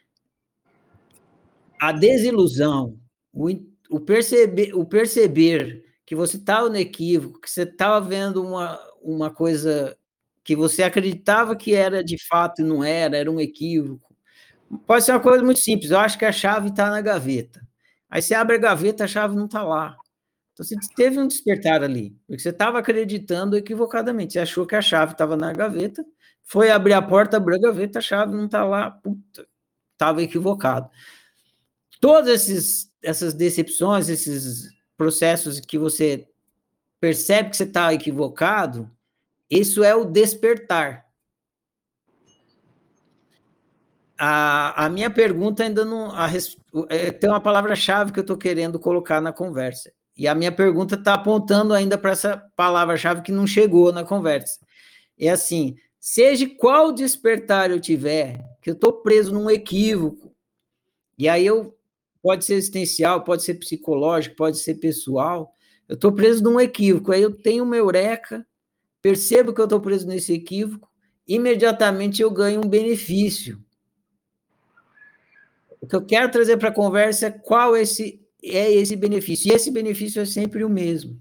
a desilusão, o perceber que você estava no equívoco, que você estava vendo uma coisa que você acreditava que era de fato e não era um equívoco. Pode ser uma coisa muito simples, eu acho que a chave está na gaveta. Aí você abre a gaveta, a chave não está lá. Então você teve um despertar ali, porque você estava acreditando equivocadamente. Você achou que a chave estava na gaveta, foi abrir a porta, abriu a gaveta, a chave não está lá. Puta, estava equivocado. Todas essas decepções, esses processos que você percebe que você está equivocado, isso é o despertar. A minha pergunta ainda não... tem uma palavra-chave que eu estou querendo colocar na conversa. E a minha pergunta está apontando ainda para essa palavra-chave que não chegou na conversa. É assim, seja qual despertar eu tiver, que eu estou preso num equívoco, e aí pode ser existencial, pode ser psicológico, pode ser pessoal, eu estou preso num equívoco, aí eu tenho uma eureka, percebo que eu estou preso nesse equívoco, imediatamente eu ganho um benefício. O que eu quero trazer para a conversa é qual esse benefício, e esse benefício é sempre o mesmo.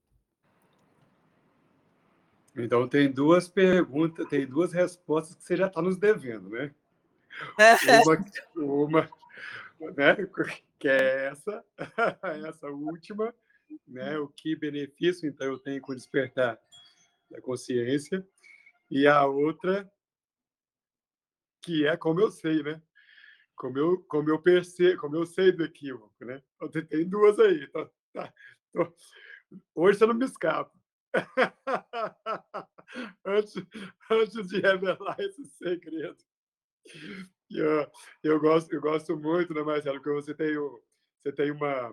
Então, tem duas perguntas, tem duas respostas que você já está nos devendo, né? Uma, né, que é essa última, né? O que benefício, então, eu tenho com o despertar da consciência. E a outra, que é como eu sei, né? Como eu percebo, como eu sei do equívoco, né? Então, tem duas aí. Hoje você não me escapa. antes de revelar esse segredo. Eu gosto muito, né, Marcelo, porque você tem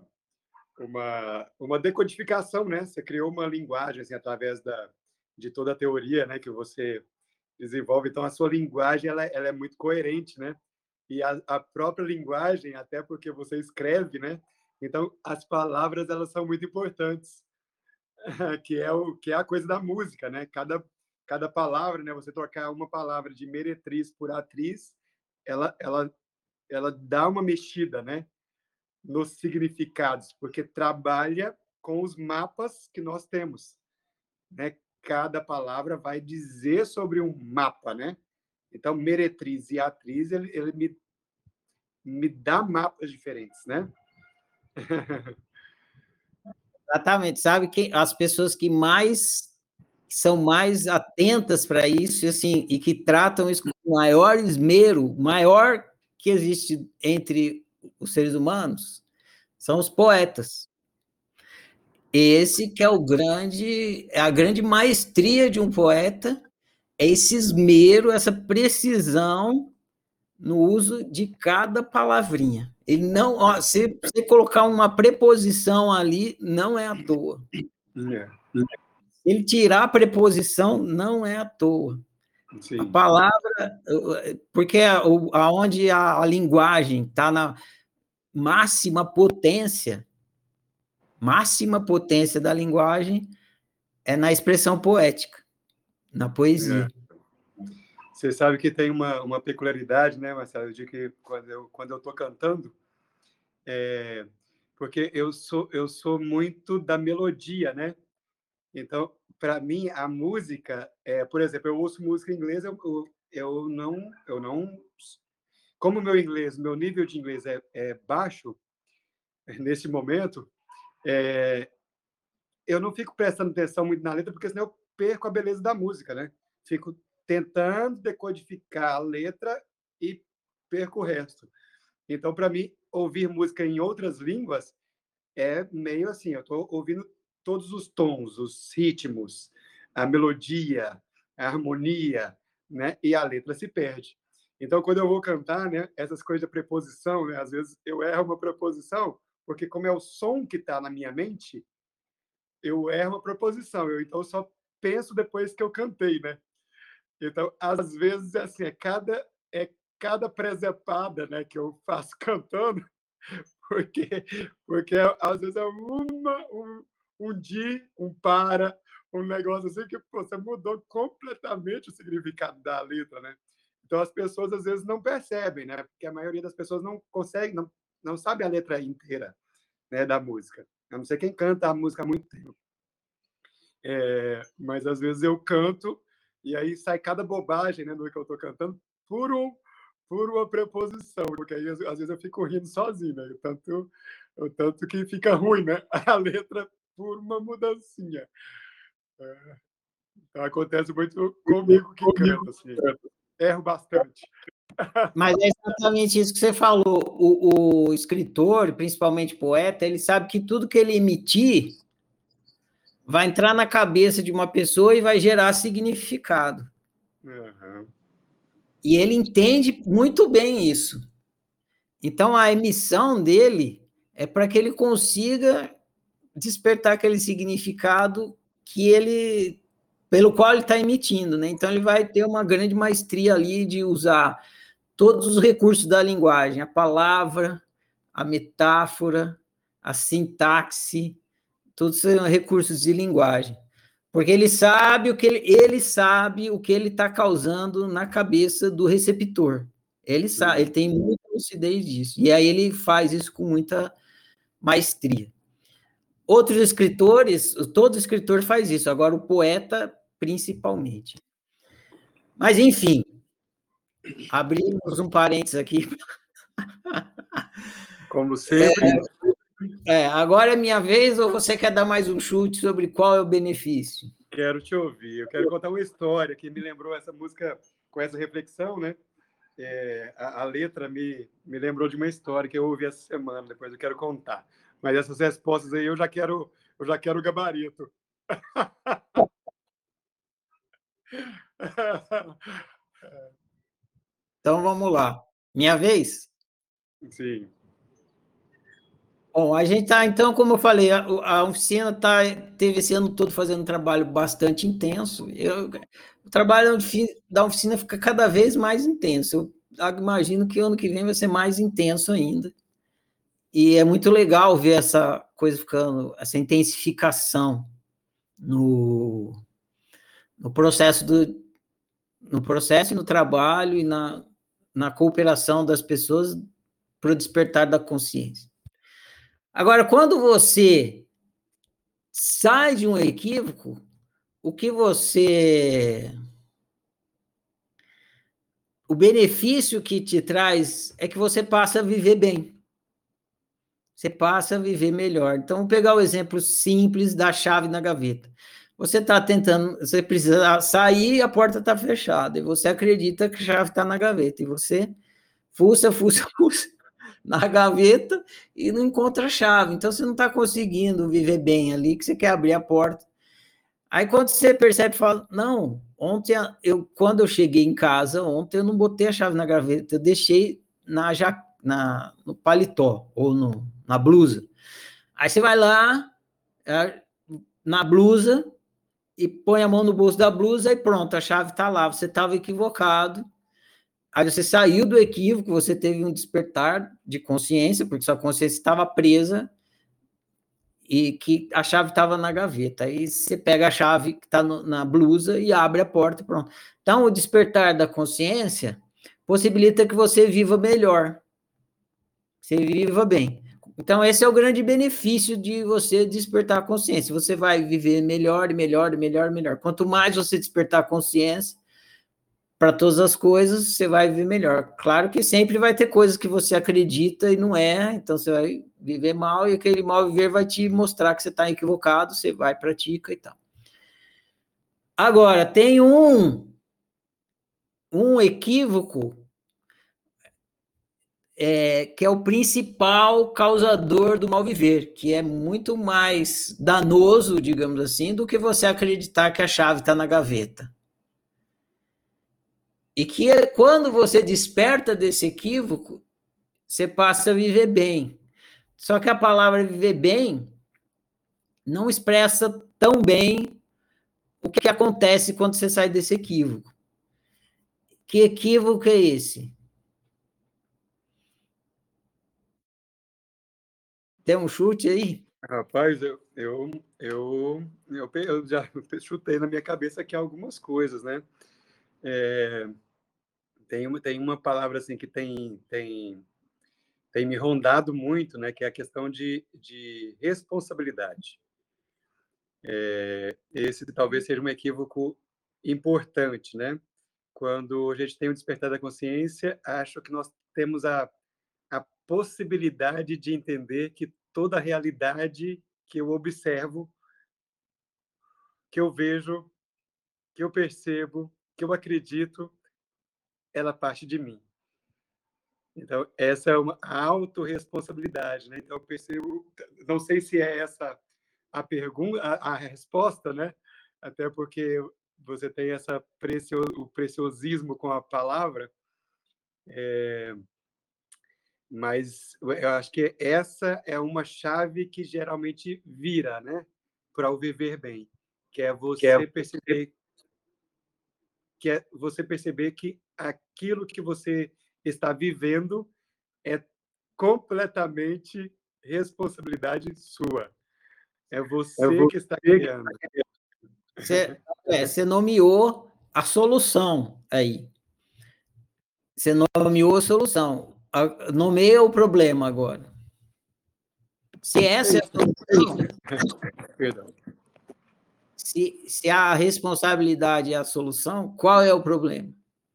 uma decodificação, né? Você criou uma linguagem assim, através de toda a teoria, né, que você desenvolve. Então, a sua linguagem ela é muito coerente, né? E a própria linguagem, até porque você escreve, né? Então, as palavras elas são muito importantes, que é a coisa da música, né? Cada palavra, né? Você trocar uma palavra de meretriz por atriz, ela dá uma mexida, né? Nos significados, porque trabalha com os mapas que nós temos, né? Cada palavra vai dizer sobre um mapa, né? Então, meretriz e atriz, ele me dá mapas diferentes, né? Exatamente, sabe que as pessoas que são mais atentas para isso, assim, e que tratam isso com o maior esmero, maior que existe entre os seres humanos, são os poetas. Esse que é a grande maestria de um poeta, é esse esmero, essa precisão no uso de cada palavrinha. Ele não, ó, se você colocar uma preposição ali, não é à toa. É, Ele tirar a preposição, não é à toa. A sim. palavra, porque aonde a linguagem está na máxima potência da linguagem é na expressão poética, na poesia. Você sabe que tem uma peculiaridade, né, Marcelo, de que quando eu estou cantando, porque eu sou muito da melodia, né? Então, para mim, a música, por exemplo, eu ouço música em inglês, eu não, como meu nível de inglês é baixo nesse momento, eu não fico prestando atenção muito na letra, porque senão eu perco a beleza da música, né? Fico tentando decodificar a letra e perco o resto. Então, para mim, ouvir música em outras línguas é meio assim, eu estou ouvindo todos os tons, os ritmos, a melodia, a harmonia, né? E a letra se perde. Então, quando eu vou cantar, né, essas coisas de preposição, né, às vezes eu erro uma preposição, porque como é o som que está na minha mente, eu erro a preposição. Então só penso depois que eu cantei, né? Então, às vezes, assim, cada presepada, né, que eu faço cantando, porque às vezes é um di, um para, um negócio assim que você mudou completamente o significado da letra, né? Então as pessoas às vezes não percebem, né? Porque a maioria das pessoas não consegue, não sabe a letra inteira, né, da música. A não ser quem canta a música há muito tempo. Mas às vezes eu canto e aí sai cada bobagem, né, do que eu estou cantando por uma preposição, porque aí às vezes eu fico rindo sozinho, né? O tanto que fica ruim, né? A letra por uma mudancinha. Então, acontece muito comigo que canto, assim. Erro bastante. Mas é exatamente isso que você falou. O escritor, principalmente poeta, ele sabe que tudo que ele emitir vai entrar na cabeça de uma pessoa e vai gerar significado. Uhum. E ele entende muito bem isso. Então, a emissão dele é para que ele consiga despertar aquele significado pelo qual ele está emitindo, né? Então, ele vai ter uma grande maestria ali de usar todos os recursos da linguagem, a palavra, a metáfora, a sintaxe, todos são recursos de linguagem, porque ele sabe o que ele está causando na cabeça do receptor. Ele sabe, ele tem muita lucidez disso, e aí ele faz isso com muita maestria. Outros escritores, todo escritor faz isso, agora o poeta principalmente. Mas, enfim, abrimos um parênteses aqui. Como sempre. Agora é minha vez, ou você quer dar mais um chute sobre qual é o benefício? Quero te ouvir. Eu quero contar uma história que me lembrou essa música com essa reflexão, né? A letra me lembrou de uma história que eu ouvi essa semana, depois eu quero contar. Mas essas respostas aí eu já quero o gabarito. Então vamos lá. Minha vez? Sim. Bom, a gente está, então, como eu falei, a oficina teve esse ano todo fazendo um trabalho bastante intenso. O trabalho da oficina fica cada vez mais intenso. Eu imagino que ano que vem vai ser mais intenso ainda. E é muito legal ver essa coisa ficando, essa intensificação no processo e no trabalho e na cooperação das pessoas para o despertar da consciência. Agora, quando você sai de um equívoco, o benefício que te traz é que você passa a viver bem. Você passa a viver melhor. Então, vou pegar o exemplo simples da chave na gaveta. Você está tentando, você precisa sair e a porta está fechada, e você acredita que a chave está na gaveta, e você fuça, na gaveta e não encontra a chave. Então, você não está conseguindo viver bem ali, que você quer abrir a porta. Aí, quando você percebe, fala, não, ontem, quando eu cheguei em casa, ontem eu não botei a chave na gaveta, eu deixei no paletó ou na blusa. Aí você vai lá, na blusa, e põe a mão no bolso da blusa e pronto, a chave está lá, você estava equivocado. Aí você saiu do equívoco, você teve um despertar de consciência, porque sua consciência estava presa e que a chave estava na gaveta. Aí você pega a chave que está na blusa e abre a porta e pronto. Então, o despertar da consciência possibilita que você viva melhor, você viva bem. Então, esse é o grande benefício de você despertar a consciência. Você vai viver melhor e melhor e melhor e melhor. Quanto mais você despertar a consciência para todas as coisas, você vai viver melhor. Claro que sempre vai ter coisas que você acredita e não é, então você vai viver mal e aquele mal viver vai te mostrar que você está equivocado, você vai, pratica e tal. Agora, tem um equívoco que é o principal causador do mal viver, que é muito mais danoso, digamos assim, do que você acreditar que a chave está na gaveta. E que quando você desperta desse equívoco, você passa a viver bem. Só que a palavra viver bem não expressa tão bem o que acontece quando você sai desse equívoco. Que equívoco é esse? Tem um chute aí? Rapaz, eu já chutei na minha cabeça aqui algumas coisas, né? Tem uma palavra assim que tem me rondado muito, né? Que é a questão de responsabilidade. Esse talvez seja um equívoco importante, né? Quando a gente tem o despertar da consciência, acho que nós temos a possibilidade de entender que toda a realidade que eu observo, que eu vejo, que eu percebo, que eu acredito, ela parte de mim. Então, essa é uma autorresponsabilidade, né? Então, eu percebo, não sei se é essa a pergunta, a resposta, né? Até porque você tem o preciosismo com a palavra, mas eu acho que essa é uma chave que geralmente vira, né? Para o viver bem, que é você perceber que aquilo que você está vivendo é completamente responsabilidade sua. É você que está criando. Você nomeou a solução aí. Você nomeou a solução. Nomeia o problema agora. Se essa é a solução, Perdão. se a responsabilidade é a solução, qual é o problema?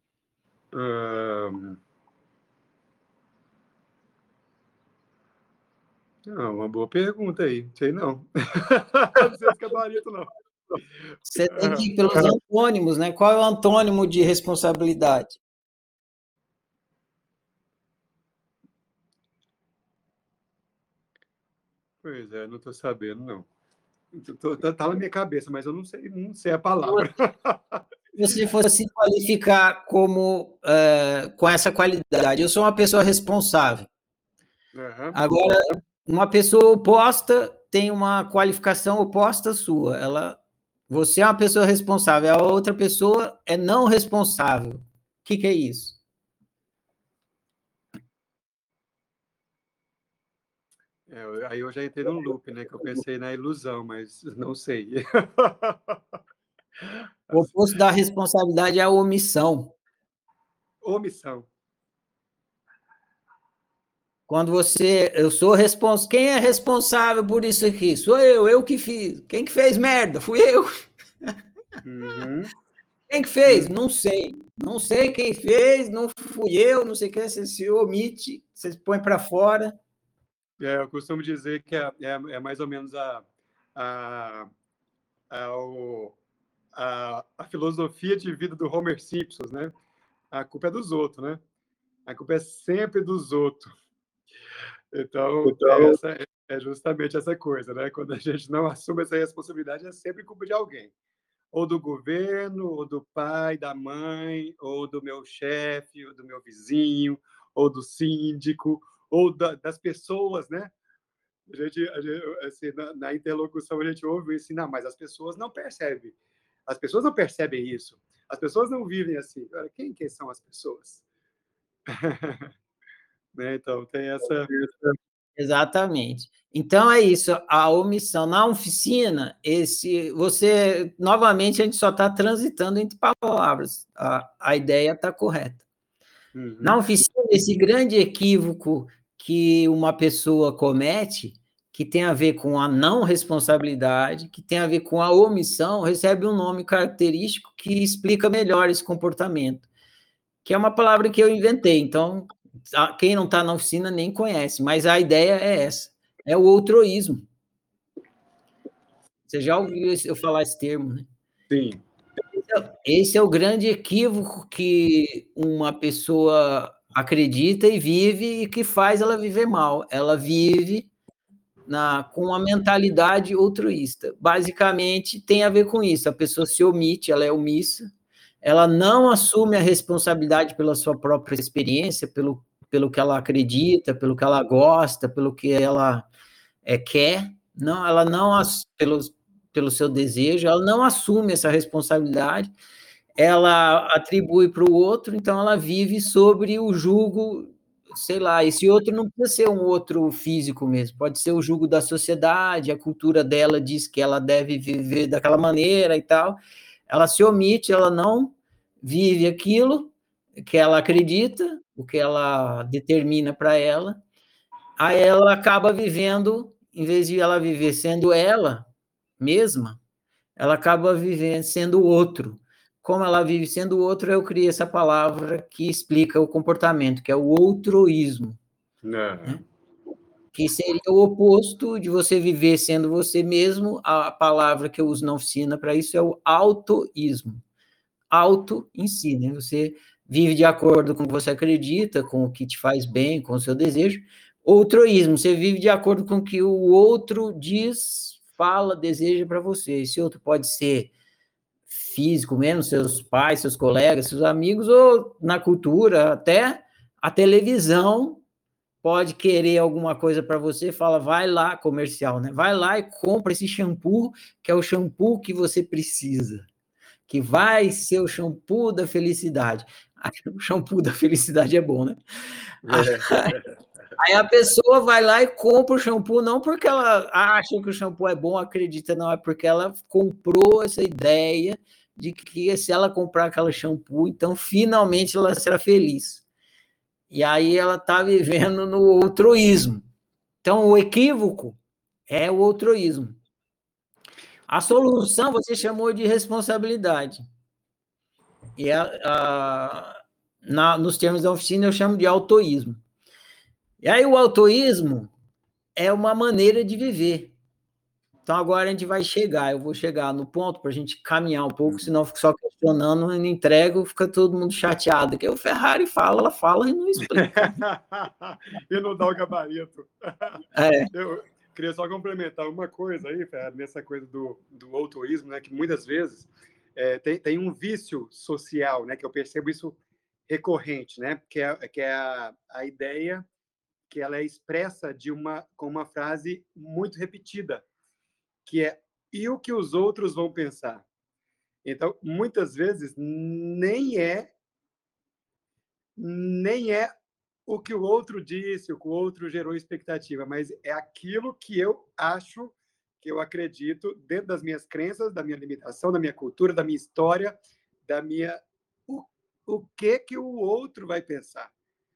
Uma boa pergunta aí. Sei não. Não sei esse gabarito, não. Você tem que ir pelos antônimos, né? Qual é o antônimo de responsabilidade? Pois é, não estou sabendo, não. Tá na minha cabeça, mas eu não sei a palavra. Se você fosse qualificar como com essa qualidade, eu sou uma pessoa responsável. Uhum. Agora, uma pessoa oposta tem uma qualificação oposta à sua. Você é uma pessoa responsável, a outra pessoa é não responsável. O que é isso? Aí eu já entrei num loop, né? Que eu pensei na ilusão, mas não sei. O oposto da responsabilidade é a omissão. Omissão. Quando eu sou responsável, quem é responsável por isso aqui? Sou eu que fiz. Quem que fez merda? Fui eu. Uhum. Quem que fez? Não sei. Não sei quem fez, não fui eu, não sei o que, você se omite, você se põe para fora. Eu costumo dizer que é mais ou menos a filosofia de vida do Homer Simpson, né? A culpa é dos outros, né? A culpa é sempre dos outros. Então, é justamente essa coisa, né? Quando a gente não assume essa responsabilidade, é sempre culpa de alguém. Ou do governo, ou do pai, da mãe, ou do meu chefe, ou do meu vizinho, ou do síndico, ou das pessoas, né? Assim, na interlocução, a gente ouve isso, não, mas as pessoas não percebem. As pessoas não percebem isso. As pessoas não vivem assim. Quem são as pessoas? Né? Então, tem essa... Exatamente. Então é isso, a omissão na oficina, novamente a gente só está transitando entre palavras, a ideia está correta. Na oficina, esse grande equívoco que uma pessoa comete, que tem a ver com a não responsabilidade, que tem a ver com a omissão, recebe um nome característico que explica melhor esse comportamento, que é uma palavra que eu inventei, então quem não está na oficina nem conhece, mas a ideia é essa, é o outroísmo. Você já ouviu eu falar esse termo, né? Sim. Esse é o grande equívoco que uma pessoa acredita e vive e que faz ela viver mal. Ela vive com uma mentalidade altruísta. Basicamente, tem a ver com isso. A pessoa se omite, ela é omissa, ela não assume a responsabilidade pela sua própria experiência, pelo que ela acredita, pelo que ela gosta, pelo que ela quer, não, ela não, pelo seu desejo, ela não assume essa responsabilidade, ela atribui para o outro, então ela vive sobre o jugo, sei lá, esse outro não precisa ser um outro físico mesmo, pode ser o jugo da sociedade, a cultura dela diz que ela deve viver daquela maneira e tal, ela se omite, ela não vive aquilo que ela acredita, o que ela determina para ela, aí ela acaba vivendo, em vez de ela viver sendo ela mesma, ela acaba vivendo sendo o outro. Como ela vive sendo o outro, eu criei essa palavra que explica o comportamento, que é o outroísmo. Né? Que seria o oposto de você viver sendo você mesmo. A palavra que eu uso na oficina para isso é o autoísmo. Auto em si, né? Você vive de acordo com o que você acredita, com o que te faz bem, com o seu desejo. Outroísmo, você vive de acordo com o que o outro diz, fala, deseja para você. Esse outro pode ser físico mesmo, seus pais, seus colegas, seus amigos, ou na cultura, até a televisão pode querer alguma coisa para você, fala, vai lá, comercial, né? Vai lá e compra esse shampoo, que é o shampoo que você precisa, que vai ser o shampoo da felicidade. O shampoo da felicidade é bom, né? Aí a pessoa vai lá e compra o shampoo, não porque ela acha que o shampoo é bom, acredita, não, é porque ela comprou essa ideia de que se ela comprar aquele shampoo, então finalmente ela será feliz. E aí ela está vivendo no outroísmo. Então o equívoco é o outroísmo. A solução você chamou de responsabilidade. E nos termos da oficina eu chamo de autoísmo. E aí o autoísmo é uma maneira de viver. Então agora a gente vai chegar, eu vou chegar no ponto para a gente caminhar um pouco, senão eu fico só questionando e não entrego, fica todo mundo chateado, que o Ferrari fala, ela fala e não explica. E não dá o gabarito. É. Eu queria só complementar uma coisa aí, Ferrari, nessa coisa do autoísmo, né, que muitas vezes tem um vício social, né, que eu percebo isso recorrente, né, que é a ideia que ela é expressa com uma frase muito repetida, que é e o que os outros vão pensar. Então, muitas vezes, nem é o que o outro disse, o que o outro gerou expectativa, mas é aquilo que eu acho, que eu acredito, dentro das minhas crenças, da minha limitação, da minha cultura, da minha história, da minha... O que o outro vai pensar?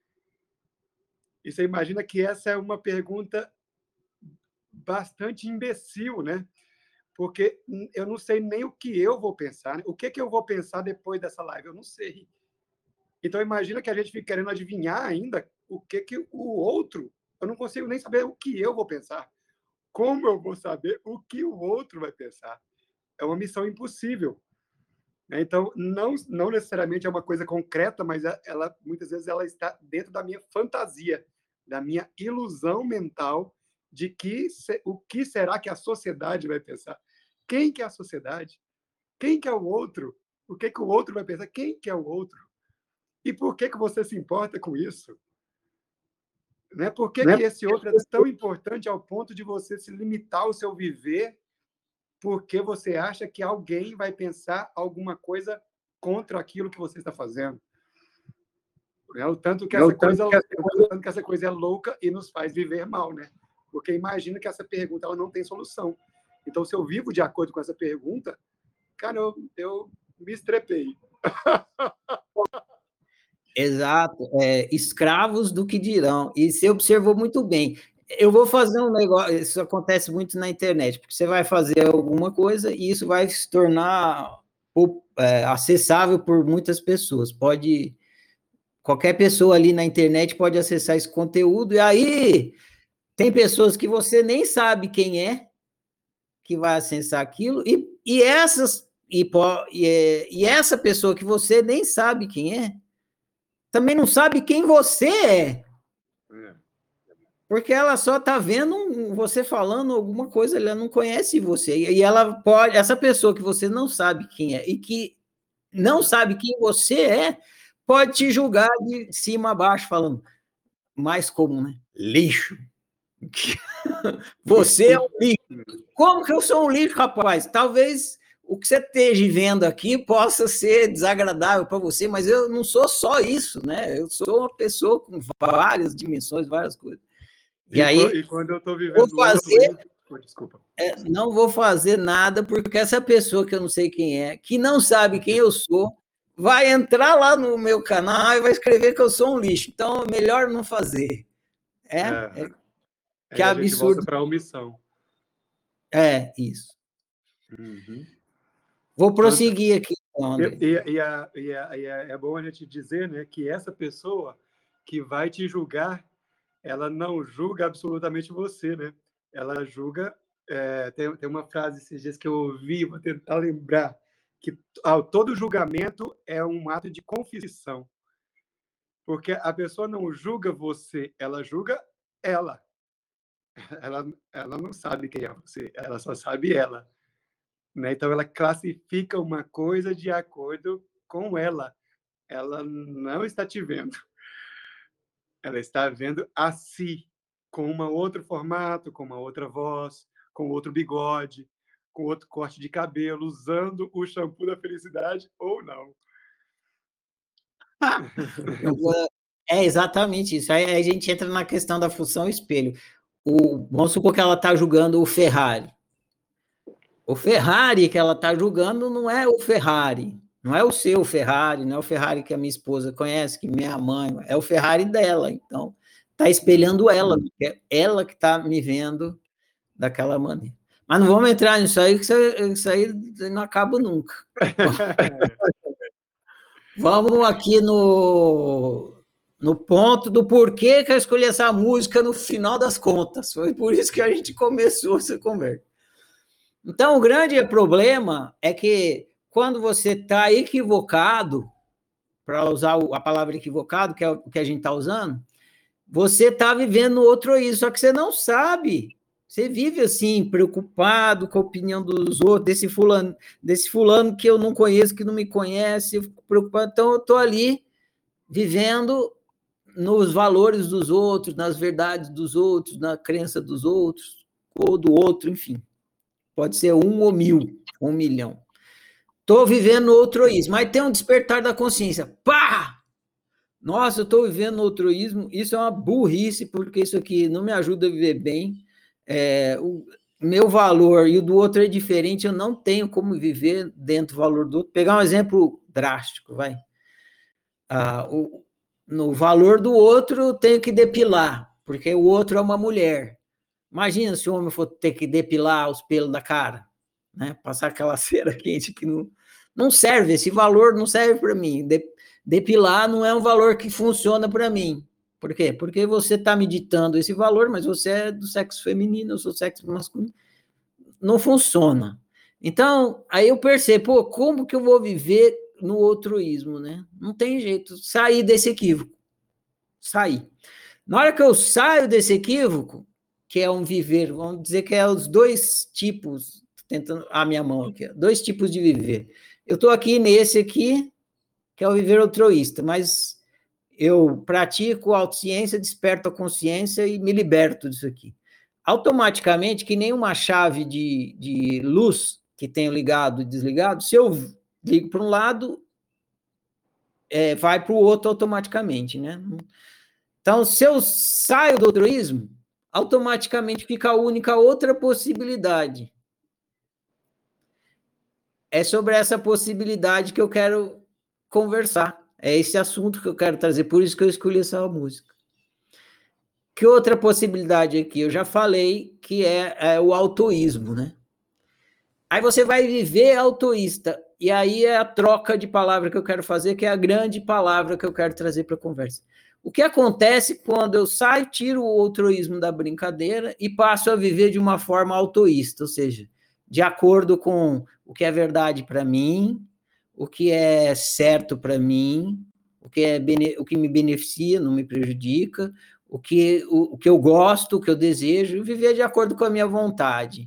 E você imagina que essa é uma pergunta bastante imbecil, né? Porque eu não sei nem o que eu vou pensar. Né? O que eu vou pensar depois dessa live? Eu não sei. Então, imagina que a gente fica querendo adivinhar ainda o que o outro... Eu não consigo nem saber o que eu vou pensar. Como eu vou saber o que o outro vai pensar? É uma missão impossível. Então, não necessariamente é uma coisa concreta, mas ela muitas vezes ela está dentro da minha fantasia, da minha ilusão mental de que o que será que a sociedade vai pensar? Quem que é a sociedade? Quem que é o outro? O que o outro vai pensar? Quem que é o outro? E por que você se importa com isso? Né? Por que esse outro é tão importante ao ponto de você se limitar ao seu viver porque você acha que alguém vai pensar alguma coisa contra aquilo que você está fazendo? É o tanto que essa coisa é louca e nos faz viver mal, né? Porque imagina que essa pergunta ela não tem solução. Então, se eu vivo de acordo com essa pergunta, cara, eu me estrepei. Exato, escravos do que dirão. E você observou muito bem. Eu vou fazer um negócio, isso acontece muito na internet, porque você vai fazer alguma coisa e isso vai se tornar acessável por muitas pessoas. Qualquer pessoa ali na internet pode acessar esse conteúdo, e aí tem pessoas que você nem sabe quem é que vai acessar aquilo, e essa pessoa que você nem sabe quem é, também não sabe quem você é. Porque ela só está vendo você falando alguma coisa, ela não conhece você. E ela pode, essa pessoa que você não sabe quem é e que não sabe quem você é, pode te julgar de cima a baixo, falando, mais comum, né? Lixo. Você é um lixo. Como que eu sou um lixo, rapaz? Talvez o que você esteja vendo aqui possa ser desagradável para você, mas eu não sou só isso, né? Eu sou uma pessoa com várias dimensões, várias coisas. E quando eu estou vivendo desculpa. Não vou fazer nada, porque essa pessoa que eu não sei quem é, que não sabe quem eu sou, vai entrar lá no meu canal e vai escrever que eu sou um lixo. Então, melhor não fazer. Que absurdo. A gente volta para a omissão. Isso. Uhum. Vou prosseguir aqui. É bom a gente dizer, né, que essa pessoa que vai te julgar, ela não julga absolutamente você, né? Ela julga... tem uma frase esses dias que eu ouvi, vou tentar lembrar, que todo julgamento é um ato de confissão. Porque a pessoa não julga você, ela julga ela. Ela não sabe quem é você, ela só sabe ela. Né? Então, ela classifica uma coisa de acordo com ela. Ela não está te vendo. Ela está vendo a si, com um outro formato, com uma outra voz, com outro bigode, com outro corte de cabelo, usando o shampoo da felicidade ou não. É exatamente isso. Aí a gente entra na questão da função espelho. Vamos supor que ela está julgando o Ferrari. O Ferrari que ela está julgando não é o Ferrari, não é o seu Ferrari, não é o Ferrari que a minha esposa conhece, que minha mãe, é o Ferrari dela. Então, está espelhando ela, porque é ela que está me vendo daquela maneira. Mas não vamos entrar nisso aí, que isso aí não acaba nunca. Vamos aqui no ponto do porquê que eu escolhi essa música no final das contas. Foi por isso que a gente começou essa conversa. Então, o grande problema é que quando você está equivocado, para usar a palavra equivocado, que é o que a gente está usando, você está vivendo outro isso, só que você não sabe. Você vive assim, preocupado com a opinião dos outros, desse fulano que eu não conheço, que não me conhece, eu fico preocupado. Então, eu estou ali vivendo nos valores dos outros, nas verdades dos outros, na crença dos outros, ou do outro, enfim. Pode ser 1 ou 1000, 1 milhão. Estou vivendo no altruísmo, mas tem um despertar da consciência. Pá! Nossa, eu estou vivendo no altruísmo, isso é uma burrice, porque isso aqui não me ajuda a viver bem. O meu valor e o do outro é diferente, eu não tenho como viver dentro do valor do outro. Pegar um exemplo drástico, vai. No valor do outro, eu tenho que depilar, porque o outro é uma mulher. Imagina se o homem for ter que depilar os pelos da cara, né? Passar aquela cera quente que não serve, esse valor não serve para mim. Depilar não é um valor que funciona para mim. Por quê? Porque você está me ditando esse valor, mas você é do sexo feminino, eu sou do sexo masculino. Não funciona. Então, aí eu percebo, como que eu vou viver no altruísmo, né? Não tem jeito, sair desse equívoco. Sair. Na hora que eu saio desse equívoco, que é um viver, vamos dizer que é os dois tipos, tentando a minha mão aqui, dois tipos de viver. Eu estou aqui nesse aqui, que é o viver altruísta, mas eu pratico a autociência, desperto a consciência e me liberto disso aqui. Automaticamente, que nem uma chave de luz que tenho ligado e desligado, se eu ligo para um lado, vai para o outro automaticamente, né? Então, se eu saio do altruísmo, automaticamente fica a única outra possibilidade. É sobre essa possibilidade que eu quero conversar. É esse assunto que eu quero trazer, por isso que eu escolhi essa música. Que outra possibilidade aqui? Eu já falei que é o autoísmo, né? Aí você vai viver autoísta, e aí é a troca de palavra que eu quero fazer, que é a grande palavra que eu quero trazer para a conversa. O que acontece quando eu saio, tiro o altruísmo da brincadeira e passo a viver de uma forma autoísta, ou seja, de acordo com o que é verdade para mim, o que é certo para mim, o que me beneficia, não me prejudica, o que eu gosto, o que eu desejo, viver de acordo com a minha vontade.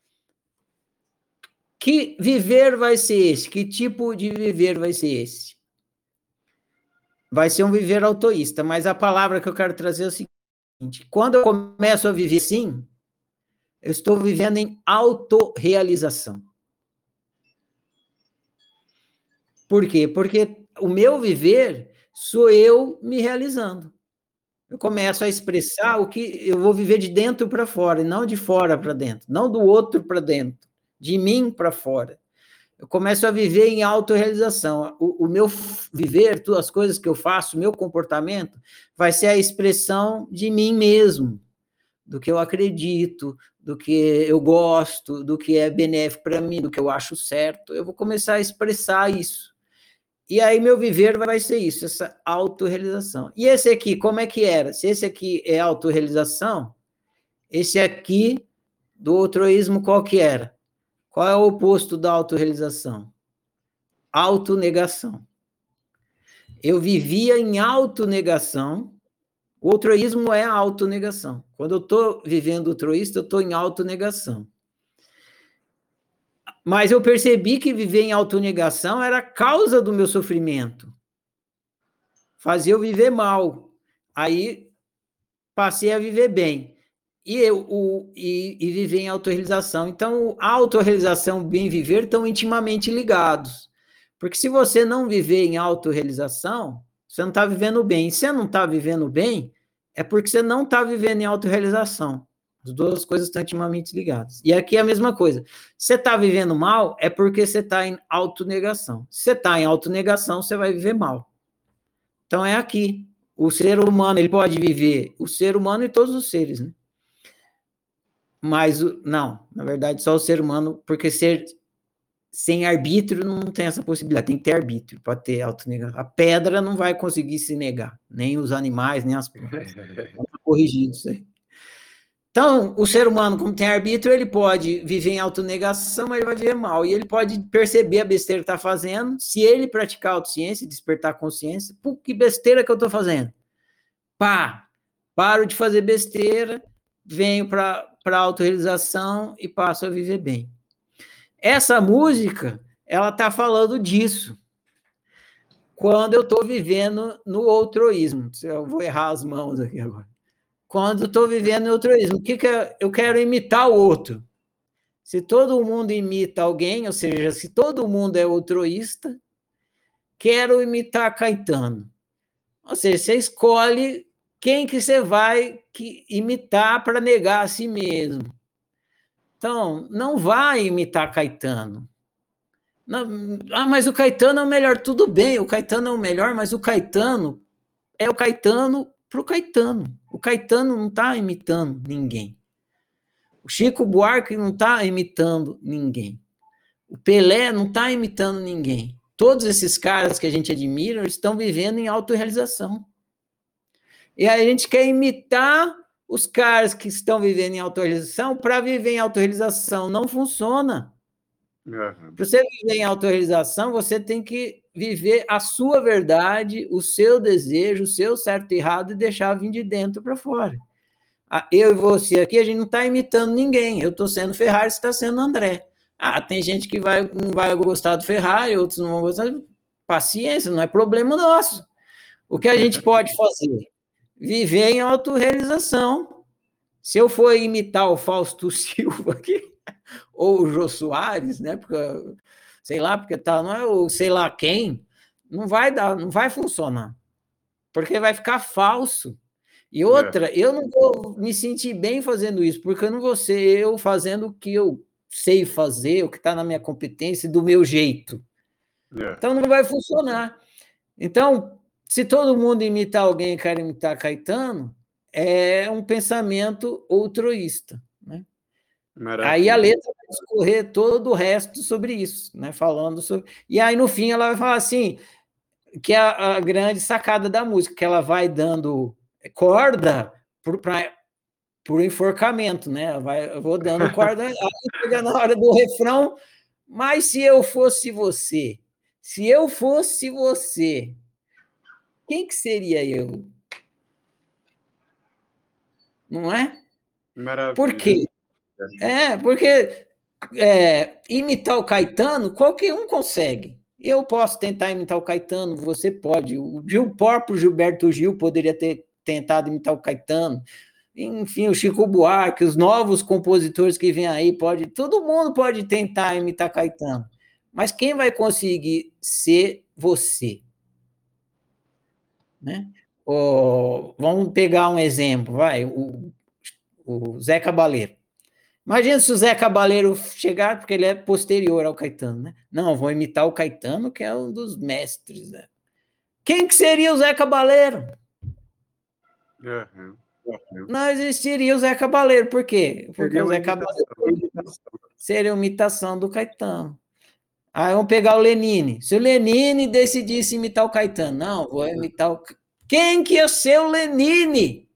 Que viver vai ser esse? Que tipo de viver vai ser esse? Vai ser um viver autoísta, mas a palavra que eu quero trazer é o seguinte: quando eu começo a viver assim, eu estou vivendo em autorrealização. Por quê? Porque o meu viver sou eu me realizando. Eu começo a expressar o que eu vou viver de dentro para fora, e não de fora para dentro, não do outro para dentro, de mim para fora. Eu começo a viver em autorrealização. O meu viver, as coisas que eu faço, o meu comportamento, vai ser a expressão de mim mesmo, do que eu acredito, do que eu gosto, do que é benéfico para mim, do que eu acho certo. Eu vou começar a expressar isso. E aí meu viver vai ser isso, essa autorrealização. E esse aqui, como é que era? Se esse aqui é autorrealização, esse aqui, do altruísmo, qual que era? Qual é o oposto da autorrealização? Autonegação. Eu vivia em autonegação. O altruísmo é a autonegação. Quando eu estou vivendo altruísta, eu estou em autonegação. Mas eu percebi que viver em autonegação era a causa do meu sofrimento. Fazia eu viver mal. Aí passei a viver bem. E viver em autorrealização. Então, a autorrealização e o bem viver estão intimamente ligados. Porque se você não viver em autorrealização, você não está vivendo bem. E se você não está vivendo bem, é porque você não está vivendo em autorrealização. As duas coisas estão intimamente ligadas. E aqui é a mesma coisa. Se você está vivendo mal, é porque você está em autonegação. Se você está em autonegação, você vai viver mal. Então, é aqui. O ser humano, ele pode viver, o ser humano e todos os seres, né? Mas, não, na verdade, só o ser humano, porque ser sem arbítrio não tem essa possibilidade, tem que ter arbítrio para ter autonegação. A pedra não vai conseguir se negar, nem os animais, nem as plantas. Corrigido isso aí. Então, o ser humano, como tem arbítrio, ele pode viver em autonegação, mas ele vai viver mal. E ele pode perceber a besteira que está fazendo. Se ele praticar autociência, despertar consciência, pô, que besteira que eu estou fazendo? Paro de fazer besteira, venho para a autorrealização e passo a viver bem. Essa música, ela está falando disso. Quando eu estou vivendo no altruísmo. Eu vou errar as mãos aqui agora. Quando estou vivendo no altruísmo, o que eu quero imitar o outro? Se todo mundo imita alguém, ou seja, se todo mundo é altruísta, quero imitar Caetano. Ou seja, você escolhe quem que você vai imitar para negar a si mesmo. Então, não vai imitar Caetano. Não, mas o Caetano é o melhor. Tudo bem, o Caetano é o melhor, mas o Caetano é o Caetano para o Caetano. O Caetano não está imitando ninguém. O Chico Buarque não está imitando ninguém. O Pelé não está imitando ninguém. Todos esses caras que a gente admira estão vivendo em autorrealização. E aí a gente quer imitar os caras que estão vivendo em autorrealização para viver em autorrealização. Não funciona. Para você viver em autorrealização, você tem que viver a sua verdade, o seu desejo, o seu certo e errado, e deixar vir de dentro para fora. Eu e você aqui, a gente não está imitando ninguém. Eu estou sendo Ferrari, você está sendo André. Tem gente que não vai gostar do Ferrari, outros não vão gostar. Paciência, não é problema nosso. O que a gente pode fazer? Viver em autorrealização. Se eu for imitar o Fausto Silva aqui, ou o Jô Soares, né? Porque, sei lá, porque tá, não é o sei lá quem, não vai dar, não vai funcionar. Porque vai ficar falso. E outra, eu não vou me sentir bem fazendo isso, porque eu não vou ser eu fazendo o que eu sei fazer, o que está na minha competência, do meu jeito. Então não vai funcionar. Então, se todo mundo imitar alguém e quer imitar Caetano, é um pensamento altruísta, né? Aí a letra vai discorrer todo o resto sobre isso, né? Falando sobre. E aí, no fim, ela vai falar assim, que é a grande sacada da música, que ela vai dando corda por enforcamento, né? Eu vou dando corda, aí chega na hora do refrão, mas se eu fosse você, quem que seria eu? Não é? Maravilha. Por quê? Porque imitar o Caetano, qualquer um consegue. Eu posso tentar imitar o Caetano, você pode. O próprio Gilberto Gil poderia ter tentado imitar o Caetano. Enfim, o Chico Buarque, os novos compositores que vêm aí, todo mundo pode tentar imitar Caetano. Mas quem vai conseguir ser você? Né? Vamos pegar um exemplo, o Zé Cabaleiro. Imagina se o Zé Cabaleiro chegar, porque ele é posterior ao Caetano, né? Não, vou imitar o Caetano, que é um dos mestres. Né? Quem que seria o Zé Cabaleiro? Não existiria o Zé Cabaleiro. Por quê? Porque o Zé Cabaleiro seria uma imitação do Caetano. Aí vamos pegar o Lenine. Se o Lenine decidisse imitar o Caetano, não, vou imitar o... Quem que ia ser o Lenine?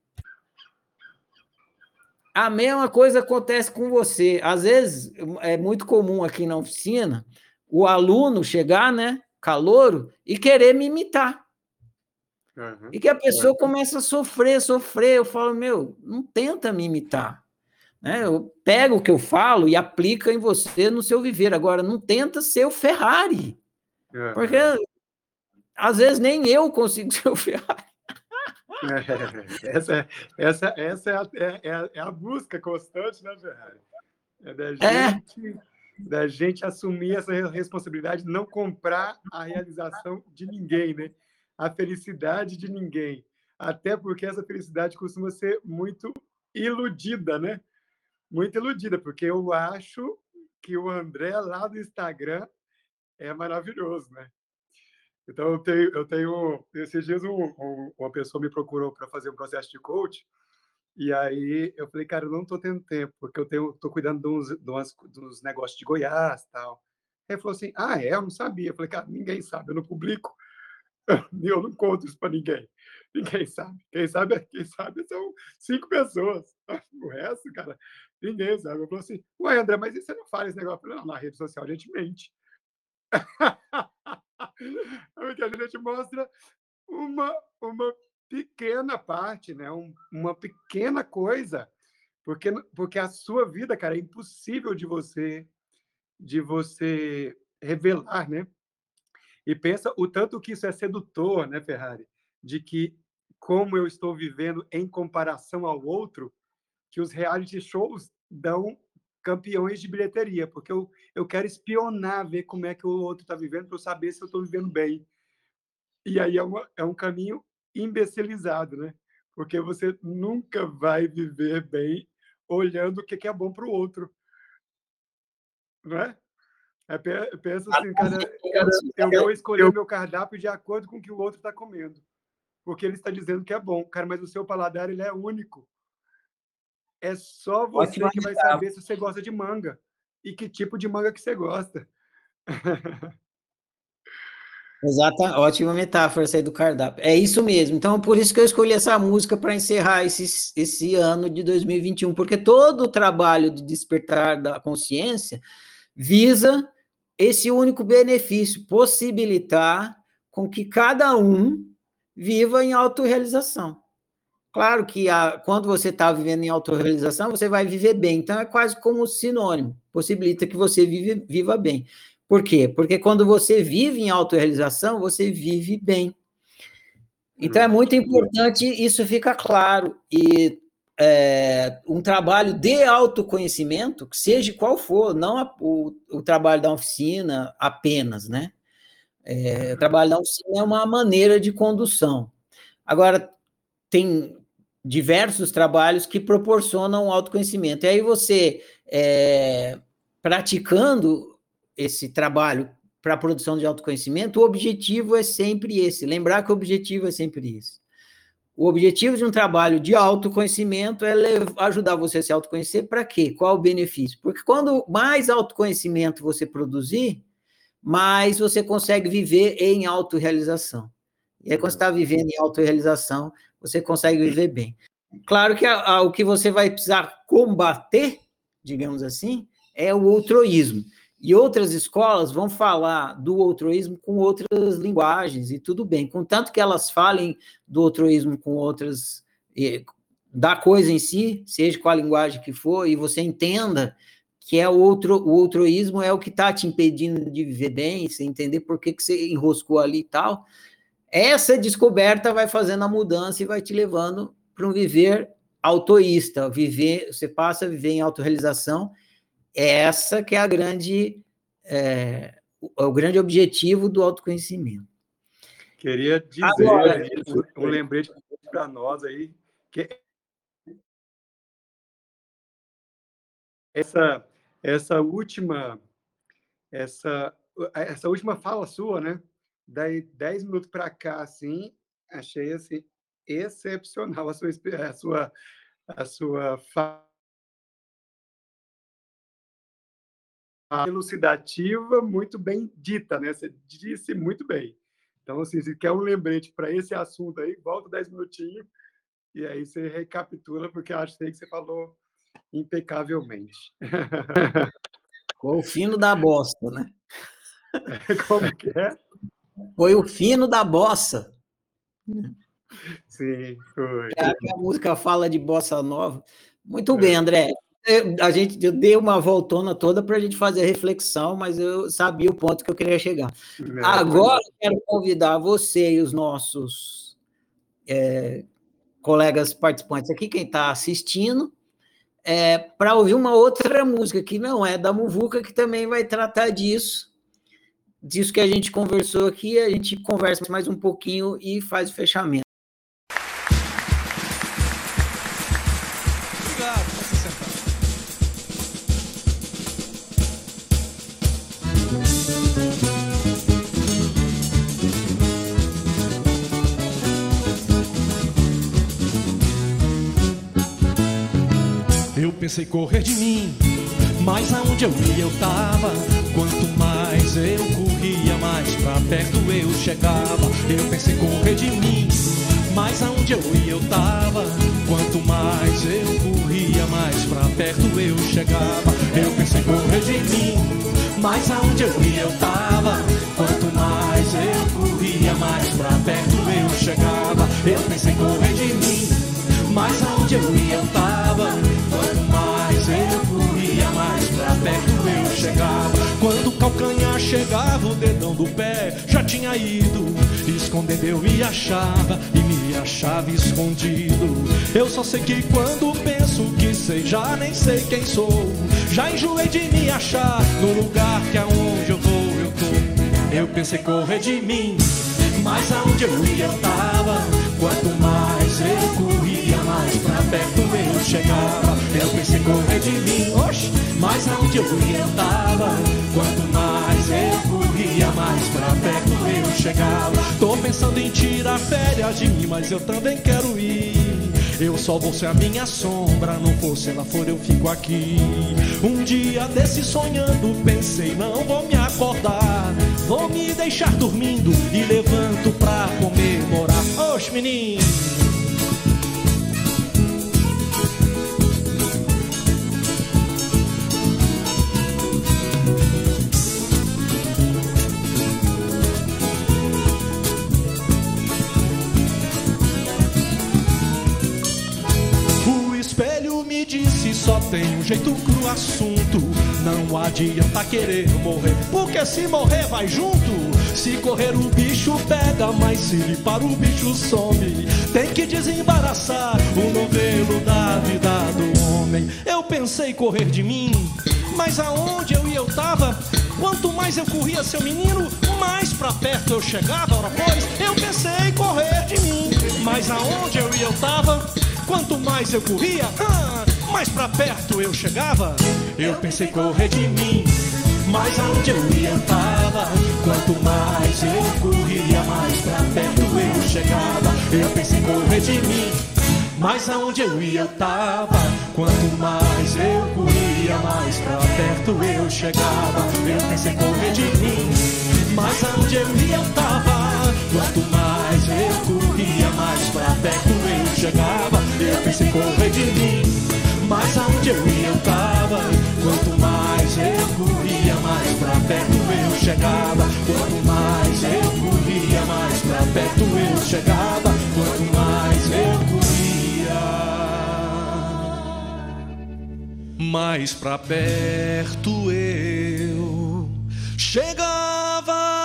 A mesma coisa acontece com você. Às vezes, é muito comum aqui na oficina, o aluno chegar, né, calouro, e querer me imitar. E que a pessoa começa a sofrer. Eu falo, não tenta me imitar. Né? Eu pego o que eu falo e aplica em você no seu viver. Agora, não tenta ser o Ferrari. Porque, às vezes, nem eu consigo ser o Ferrari. Essa é a busca constante, né, Ferrari? Da gente assumir essa responsabilidade de não comprar a realização de ninguém, né? A felicidade de ninguém. Até porque essa felicidade costuma ser muito iludida, né? Muito iludida, porque eu acho que o André lá do Instagram é maravilhoso, né? Então, eu tenho esses dias uma pessoa me procurou para fazer um processo de coach, e aí eu falei, cara, eu não estou tendo tempo, porque eu estou cuidando dos negócios de Goiás e tal. Aí ele falou assim, eu não sabia. Eu falei, cara, ninguém sabe, eu não publico, eu não conto isso para ninguém. Ninguém sabe. Quem sabe são 5 pessoas. O resto, cara, ninguém sabe. Eu falei assim, ué, André, mas você não fala esse negócio? Eu falei, não, na rede social a gente mente. Porque a gente mostra uma pequena parte, né? Uma pequena coisa, porque a sua vida, cara, é impossível de você revelar, né? E pensa o tanto que isso é sedutor, né, Ferrari? De que como eu estou vivendo em comparação ao outro, que os reality shows dão campeões de bilheteria, porque eu quero espionar, ver como é que o outro está vivendo, para eu saber se eu estou vivendo bem. E aí é um caminho imbecilizado, né? Porque você nunca vai viver bem olhando o que é bom para o outro. Não é? Pensa assim, cara, eu vou escolher meu cardápio de acordo com o que o outro está comendo. Porque ele está dizendo que é bom. Cara, mas o seu paladar ele é único. É só você que vai saber se você gosta de manga. E que tipo de manga que você gosta. Exato, ótima metáfora essa aí do cardápio. É isso mesmo. Então, por isso que eu escolhi essa música para encerrar esse ano de 2021, porque todo o trabalho de despertar da consciência visa esse único benefício, possibilitar com que cada um viva em autorrealização. Claro que quando você está vivendo em autorrealização, você vai viver bem, então é quase como sinônimo, possibilita que você viva bem. Por quê? Porque quando você vive em autorrealização, você vive bem. Então é muito importante isso ficar claro, e um trabalho de autoconhecimento, seja qual for, não o trabalho da oficina apenas, né? O trabalho da oficina é uma maneira de condução. Agora, tem diversos trabalhos que proporcionam autoconhecimento. E aí você, praticando esse trabalho para a produção de autoconhecimento, o objetivo é sempre esse. Lembrar que o objetivo é sempre esse. O objetivo de um trabalho de autoconhecimento é ajudar você a se autoconhecer para quê? Qual o benefício? Porque quando mais autoconhecimento você produzir, mais você consegue viver em autorrealização. E aí, quando você está vivendo em autorrealização, você consegue viver bem. Claro que o que você vai precisar combater, digamos assim, é o outroísmo. E outras escolas vão falar do outroísmo com outras linguagens, e tudo bem, contanto que elas falem do outroísmo com outras, da coisa em si, seja qual a linguagem que for, e você entenda que o outroísmo é o que está te impedindo de viver bem, você entender por que você enroscou ali e tal. Essa descoberta vai fazendo a mudança e vai te levando para um viver autoísta, você passa a viver em autorrealização. Essa que é o grande objetivo do autoconhecimento. Queria dizer agora, um lembrete para nós aí, que essa última fala sua, né? Daí 10 minutos para cá, assim, achei assim excepcional a sua fala elucidativa, muito bem dita, né? Você disse muito bem. Então, assim, se quer um lembrete para esse assunto aí, volta 10 minutinhos e aí você recapitula, porque eu acho que você falou impecavelmente. Foi o fino da bossa, né? Como que é? Foi o fino da bossa. Sim, foi. A música fala de bossa nova. Muito bem, André. Eu dei uma voltona toda para a gente fazer a reflexão, mas eu sabia o ponto que eu queria chegar. Agora, eu quero convidar você e os nossos colegas participantes aqui, quem está assistindo, para ouvir uma outra música, que não é da Muvuca, que também vai tratar disso que a gente conversou aqui, a gente conversa mais um pouquinho e faz o fechamento. Obrigado, pode se sentar. Eu pensei correr de mim, mas aonde eu ia eu tava. Quanto mais eu corria, mais pra perto eu chegava. Eu pensei correr de mim, mas aonde eu ia eu tava. Quanto mais eu corria, mais pra perto eu chegava. Eu pensei correr de mim, mas aonde eu ia eu tava. Quanto mais eu corria, mais pra perto eu chegava. Eu pensei correr de mim, mas aonde eu ia eu tava. Quanto mais eu corria, mais pra perto eu chegava. Quando o calcanhar chegava, o dedão do pé já tinha ido. Escondendo eu me achava e me achava escondido. Eu só sei que quando penso que sei, já nem sei quem sou. Já enjoei de me achar no lugar que aonde eu vou eu tô. Eu pensei correr de mim, mas aonde eu ia eu tava. Quanto mais eu corria, mais pra perto eu chegava. Eu pensei correr de mim, oxe, mas aonde eu ia eu tava. Quanto mais eu corria, mais pra perto eu chegava. Tô pensando em tirar férias de mim, mas eu também quero ir. Eu só vou ser a minha sombra, não for se ela for eu fico aqui. Um dia desse sonhando pensei, não vou me acordar. Vou me deixar dormindo e levanto pra comemorar. Oxe, menino! tem um jeito cru assunto. Não adianta querer morrer, porque se morrer vai junto. Se correr o bicho pega, mas se limpar o bicho some. Tem que desembaraçar o novelo da vida do homem. Eu pensei correr de mim, mas aonde eu ia eu tava. Quanto mais eu corria, seu menino, mais pra perto eu chegava. Ora pois, eu pensei correr de mim, mas aonde eu ia eu tava. Quanto mais eu corria, mais pra perto eu chegava. Eu pensei correr de mim, mas aonde eu ia eu tava. Quanto mais eu corria, mais pra perto eu chegava. Eu pensei correr de mim, mas aonde eu ia eu tava. Quanto mais eu corria, mais pra perto eu chegava. Eu pensei correr de mim, mas aonde eu ia eu tava. Quanto mais eu corria, mais pra perto eu chegava. Eu pensei correr de mim, mas aonde eu ia eu tava. Quanto mais eu corria, mais pra perto eu chegava. Quanto mais eu corria, mais pra perto eu chegava. Quanto mais eu corria, mais pra perto eu chegava.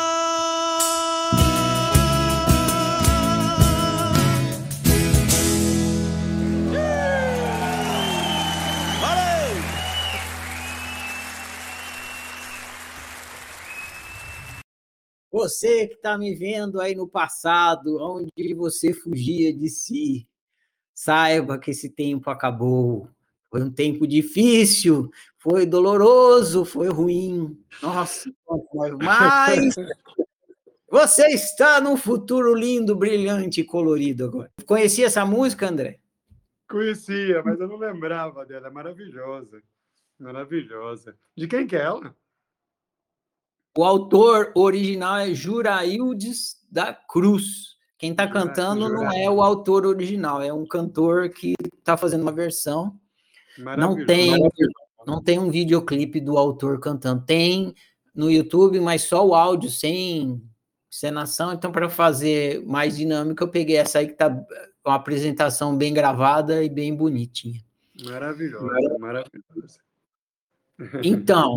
Você que está me vendo aí no passado, onde você fugia de si, saiba que esse tempo acabou. Foi um tempo difícil, foi doloroso, foi ruim. Nossa, mas você está num futuro lindo, brilhante e colorido agora. Conhecia essa música, André? Conhecia, mas eu não lembrava dela. É maravilhosa. Maravilhosa. De quem que é ela? O autor original é Juraildes da Cruz. Quem está cantando não é o autor original, é um cantor que está fazendo uma versão. Não tem um videoclipe do autor cantando. Tem no YouTube, mas só o áudio, sem encenação. Então, para fazer mais dinâmica, eu peguei essa aí que está com uma apresentação bem gravada e bem bonitinha. Maravilhosa, maravilhosa. Então,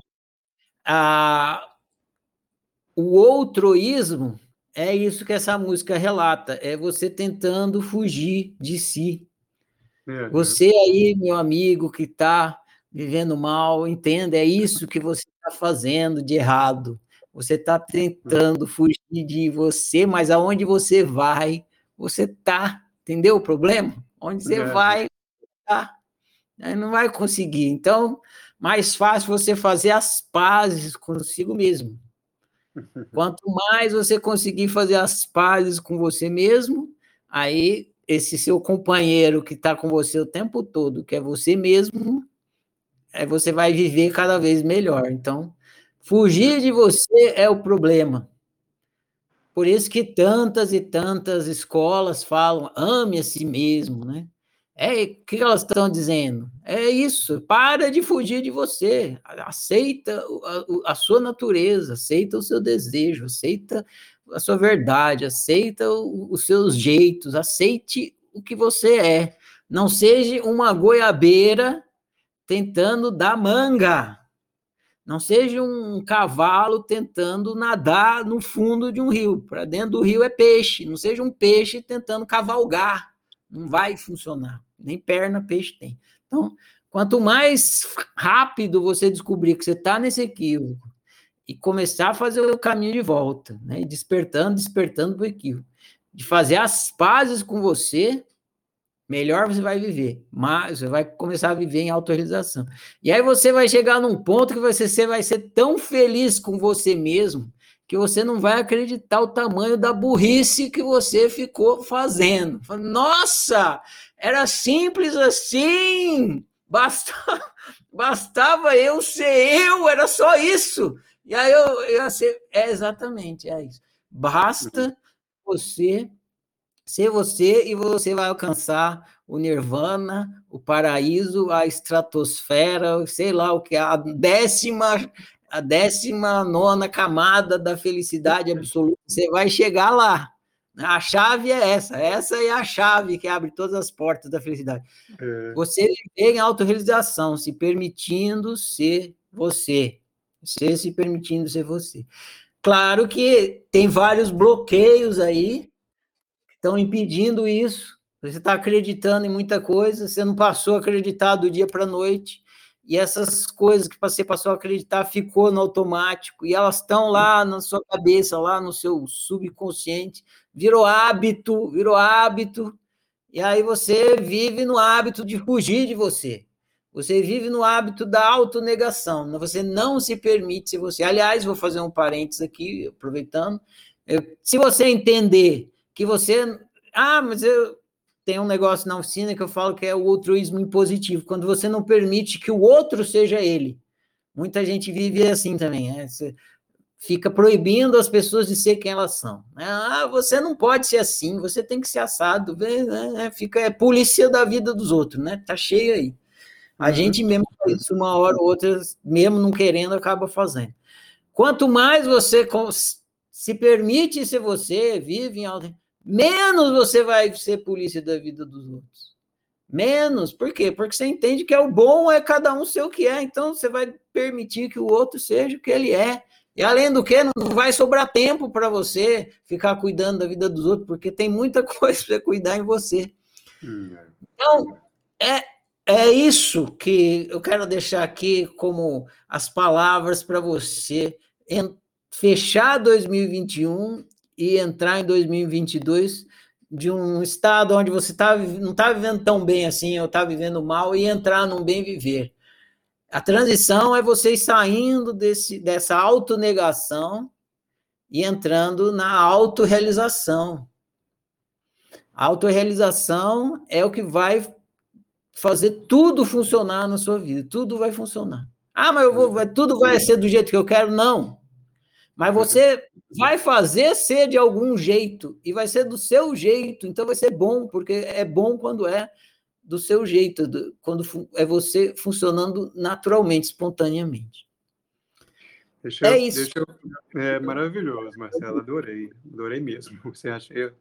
o outroísmo é isso que essa música relata, é você tentando fugir de si. Você aí, meu amigo, que está vivendo mal, entenda, é isso que você está fazendo de errado. Você está tentando fugir de você, mas aonde você vai, você está, entendeu o problema? Onde você vai, tá. Não vai conseguir. Então, mais fácil você fazer as pazes consigo mesmo. Quanto mais você conseguir fazer as pazes com você mesmo, aí esse seu companheiro que está com você o tempo todo, que é você mesmo, você vai viver cada vez melhor. Então, fugir de você é o problema. Por isso que tantas e tantas escolas falam, ame a si mesmo, né? O que elas estão dizendo? É isso, para de fugir de você, aceita a sua natureza, aceita o seu desejo, aceita a sua verdade, aceita os seus jeitos, aceite o que você é. Não seja uma goiabeira tentando dar manga. Não seja um cavalo tentando nadar no fundo de um rio. Para dentro do rio é peixe. Não seja um peixe tentando cavalgar. Não vai funcionar. Nem perna peixe tem. Então, quanto mais rápido você descobrir que você está nesse equívoco e começar a fazer o caminho de volta, né? E despertando para o equívoco, de fazer as pazes com você, melhor você vai viver, mas você vai começar a viver em autorrealização. E aí você vai chegar num ponto que você vai ser tão feliz com você mesmo que você não vai acreditar o tamanho da burrice que você ficou fazendo. Nossa, era simples assim, bastava eu ser eu, era só isso. E aí eu exatamente, é isso. Basta você ser você e você vai alcançar o nirvana, o paraíso, a estratosfera, sei lá o que, a 19ª camada da felicidade absoluta. Você vai chegar lá, A chave é essa é a chave que abre todas as portas da felicidade. Você viver em autorrealização, se permitindo ser você. Você se permitindo ser você. Claro que tem vários bloqueios aí que estão impedindo isso. Você está acreditando em muita coisa, você não passou a acreditar do dia para a noite, e essas coisas que você passou a acreditar ficou no automático, e elas estão lá na sua cabeça, lá no seu subconsciente, virou hábito, e aí você vive no hábito de fugir de você. Você vive no hábito da autonegação, você não se permite ser você. Aliás, vou fazer um parênteses aqui, aproveitando. Se você entender que você... mas eu tenho um negócio na oficina que eu falo que é o altruísmo impositivo, quando você não permite que o outro seja ele. Muita gente vive assim também, né? Você fica proibindo as pessoas de ser quem elas são. Você não pode ser assim, você tem que ser assado. Fica polícia da vida dos outros, né? Tá cheio aí. A gente mesmo faz isso uma hora ou outra, mesmo não querendo, acaba fazendo. Quanto mais você se permite ser você, vive em alta, menos você vai ser polícia da vida dos outros. Menos. Por quê? Porque você entende que o bom é cada um ser o que é, então você vai permitir que o outro seja o que ele é. E além do que, não vai sobrar tempo para você ficar cuidando da vida dos outros, porque tem muita coisa para cuidar em você. Então, é isso que eu quero deixar aqui como as palavras para você fechar 2021 e entrar em 2022 de um estado onde você não está vivendo tão bem assim, ou está vivendo mal, e entrar num bem viver. A transição é você saindo dessa autonegação e entrando na autorrealização. A autorrealização é o que vai fazer tudo funcionar na sua vida, tudo vai funcionar. Mas tudo vai ser do jeito que eu quero? Não. Mas você vai fazer ser de algum jeito, e vai ser do seu jeito, então vai ser bom, porque é bom quando é do seu jeito, quando é você funcionando naturalmente, espontaneamente. Isso. Maravilhoso, Marcelo, adorei mesmo. Você achei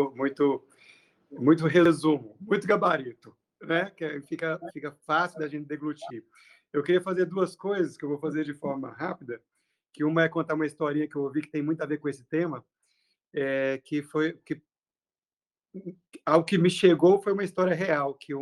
muito resumo, muito gabarito, né? Que fica fácil da gente deglutir. Eu queria fazer duas coisas que eu vou fazer de forma rápida, que uma é contar uma historinha que eu ouvi que tem muito a ver com esse tema, algo que me chegou foi uma história real, que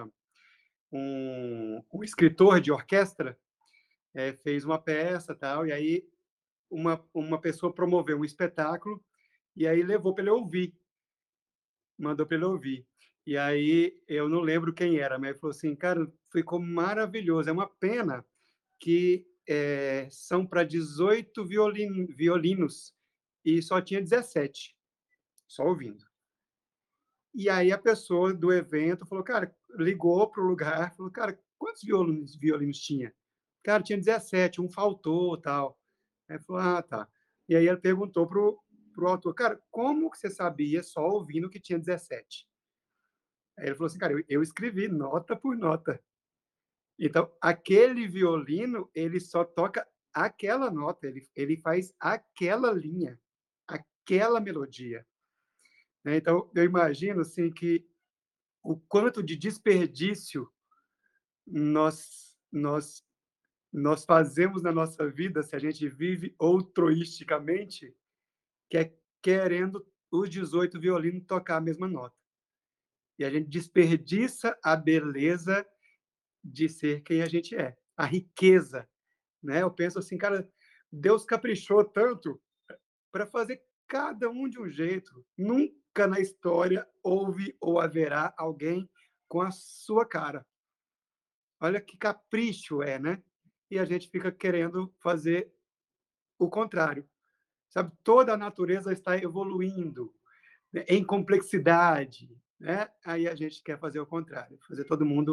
um escritor de orquestra fez uma peça, tal, e aí uma pessoa promoveu um espetáculo e aí levou para ele ouvir, mandou para ele ouvir. E aí eu não lembro quem era, mas ele falou assim, cara, ficou maravilhoso. É uma pena que são para 18 violinos e só tinha 17, só ouvindo. E aí a pessoa do evento falou, cara, ligou para o lugar, falou, cara, quantos violinos tinha? Cara, tinha 17, um faltou, tal. Aí falou, tá. E aí ele perguntou pro autor, cara, como que você sabia só ouvindo que tinha 17? Aí ele falou assim, cara, eu escrevi nota por nota. Então, aquele violino, ele só toca aquela nota, ele faz aquela linha, aquela melodia. Então, eu imagino assim, que o quanto de desperdício nós fazemos na nossa vida se a gente vive altruisticamente, que é querendo os 18 violinos tocar a mesma nota. E a gente desperdiça a beleza de ser quem a gente é, a riqueza, né? Eu penso assim, cara, Deus caprichou tanto para fazer cada um de um jeito. Nunca na história houve ou haverá alguém com a sua cara. Olha que capricho né? E a gente fica querendo fazer o contrário. Sabe, toda a natureza está evoluindo, né, em complexidade, né? Aí a gente quer fazer o contrário, fazer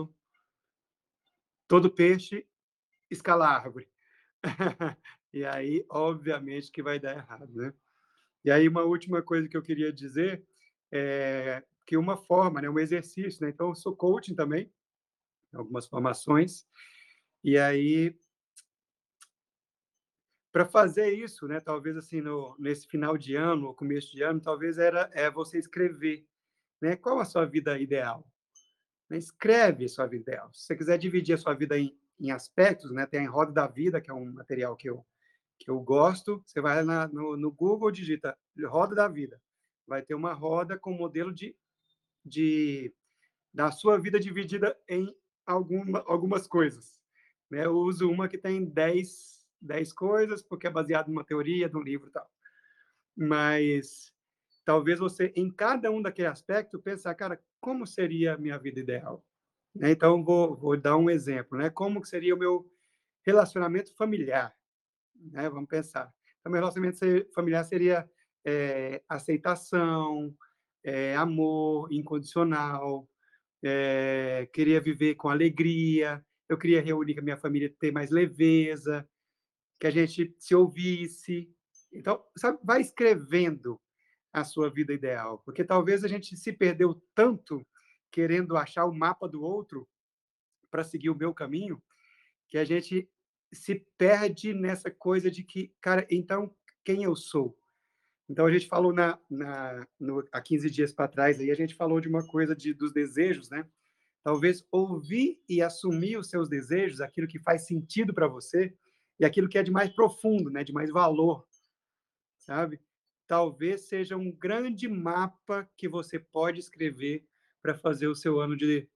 todo peixe escalar árvore. E aí, obviamente, que vai dar errado, né? E aí, uma última coisa que eu queria dizer é que uma forma, né, um exercício, né? Então, eu sou coaching também, algumas formações, e aí, para fazer isso, né? Talvez assim nesse final de ano ou começo de ano, talvez você escrever, né? Qual a sua vida ideal? Né? Escreve a sua vida ideal. Se você quiser dividir a sua vida em aspectos, né? Tem a Roda da Vida, que é um material que eu gosto. Você vai no Google, digita Roda da Vida. Vai ter uma roda com modelo da sua vida dividida em algumas coisas. Né? Eu uso uma que tem 10 coisas, porque é baseado numa teoria, de um livro e tal. Mas talvez você, em cada um daquele aspecto, pensar, cara, como seria a minha vida ideal? Né? Então, vou dar um exemplo. Né? Como seria o meu relacionamento familiar? Né? Vamos pensar. Então, meu relacionamento familiar seria aceitação, amor incondicional, queria viver com alegria, eu queria reunir com a minha família, ter mais leveza, que a gente se ouvisse. Então, sabe, vai escrevendo a sua vida ideal, porque talvez a gente se perdeu tanto querendo achar o mapa do outro para seguir o meu caminho, que a gente se perde nessa coisa de que, cara, então, quem eu sou? Então, a gente falou há 15 dias para trás, aí a gente falou de uma coisa dos desejos, né? Talvez ouvir e assumir os seus desejos, aquilo que faz sentido para você, e aquilo que é de mais profundo, né? De mais valor, sabe? Talvez seja um grande mapa que você pode escrever para fazer o seu ano de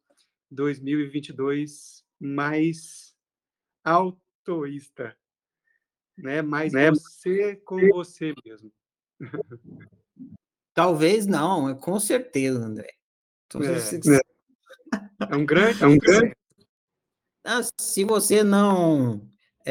2022 mais altruísta, né? Mais você com você mesmo. Talvez não, com certeza, André. Então, É um grande. Se você não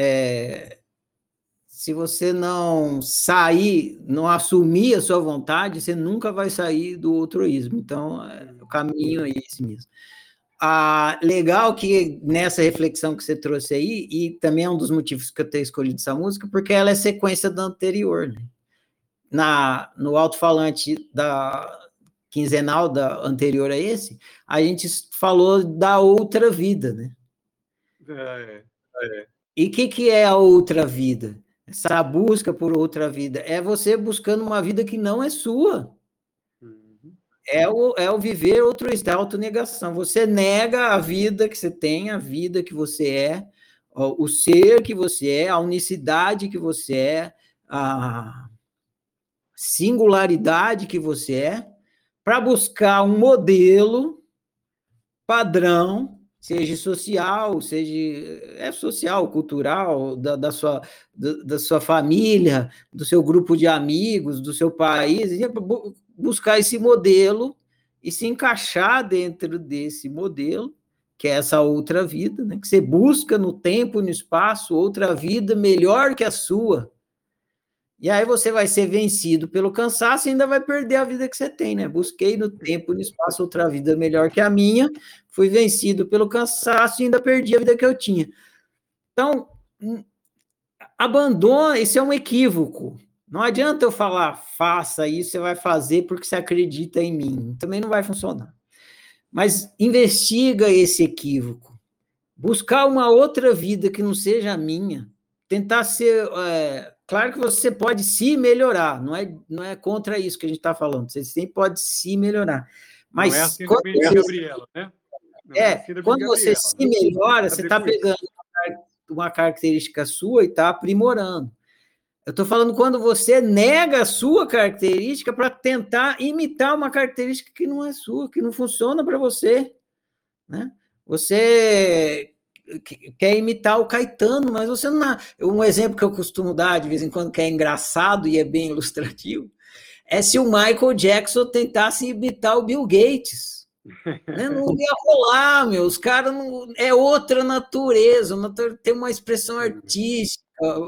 sair, não assumir a sua vontade, você nunca vai sair do altruísmo. Então, o caminho é esse mesmo. Legal que nessa reflexão que você trouxe aí, e também é um dos motivos que eu tenho escolhido essa música, porque ela é sequência da anterior, né? No alto-falante da quinzenal da anterior a esse, a gente falou da outra vida, né? E o que é a outra vida? Essa busca por outra vida é você buscando uma vida que não é sua. É o viver altruísta, é a autonegação. Você nega a vida que você tem, a vida que você é, o ser que você é, a unicidade que você é, a singularidade que você é, para buscar um modelo padrão, seja social, seja social, cultural, da sua família, do seu grupo de amigos, do seu país, buscar esse modelo e se encaixar dentro desse modelo, que é essa outra vida, né? Que você busca no tempo e no espaço outra vida melhor que a sua. E aí você vai ser vencido pelo cansaço e ainda vai perder a vida que você tem, né? Busquei no tempo e no espaço outra vida melhor que a minha, fui vencido pelo cansaço e ainda perdi a vida que eu tinha. Então, abandona, isso é um equívoco. Não adianta eu falar, faça isso, você vai fazer porque você acredita em mim. Também não vai funcionar. Mas investiga esse equívoco. Buscar uma outra vida que não seja a minha. Tentar ser... claro que você pode se melhorar, não é contra isso que a gente está falando. Você sempre pode se melhorar. Mas não é assim quando Gabriela, né? Quando você se melhora, você está pegando uma característica sua e está aprimorando. Eu estou falando quando você nega a sua característica para tentar imitar uma característica que não é sua, que não funciona para você, né? Você quer imitar o Caetano, mas você não... Um exemplo que eu costumo dar de vez em quando, que é engraçado e é bem ilustrativo, é se o Michael Jackson tentasse imitar o Bill Gates. Né? Não ia rolar, meu. Os caras não... É outra natureza, tem uma expressão artística,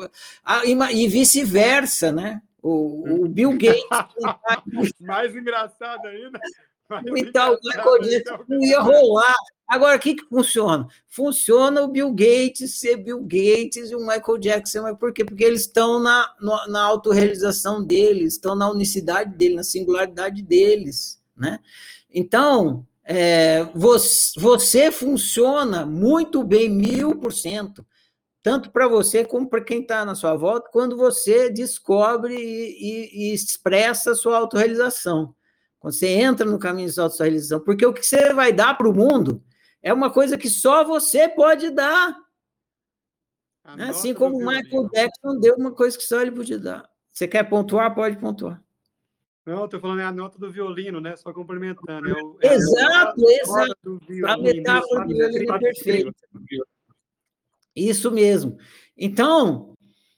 e vice-versa, né? O Bill Gates... Mais engraçado ainda. Então, o Michael Jackson não ia rolar. Agora, o que funciona? Funciona o Bill Gates ser Bill Gates e o Michael Jackson. Mas por quê? Porque eles estão na autorrealização deles, estão na unicidade deles, na singularidade deles, né? Então, você funciona muito bem, 1000%, tanto para você como para quem está na sua volta, quando você descobre e expressa a sua autorrealização. Quando você entra no caminho da sua autorrealização. Porque o que você vai dar para o mundo é uma coisa que só você pode dar. Né? Assim como o Michael Jackson deu uma coisa que só ele podia dar. Você quer pontuar? Pode pontuar. Não, estou falando a nota do violino, né? Só complementando. Exato. A metáfora do violino é perfeita. Isso mesmo. Então,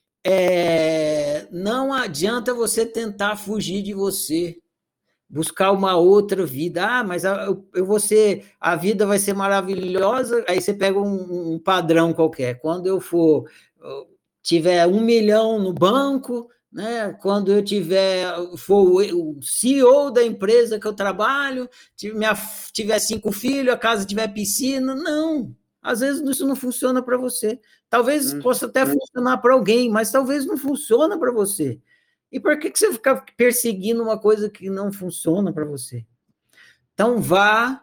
não adianta você tentar fugir de você, buscar uma outra vida. Mas a vida vai ser maravilhosa, aí você pega um padrão qualquer. Quando eu tiver 1 milhão no banco, né? Quando eu for o CEO da empresa que eu trabalho, tiver 5 filhos, a casa tiver piscina, não. Às vezes isso não funciona para você. Talvez possa até funcionar para alguém, mas talvez não funcione para você. E por que você fica perseguindo uma coisa que não funciona para você? Então, vá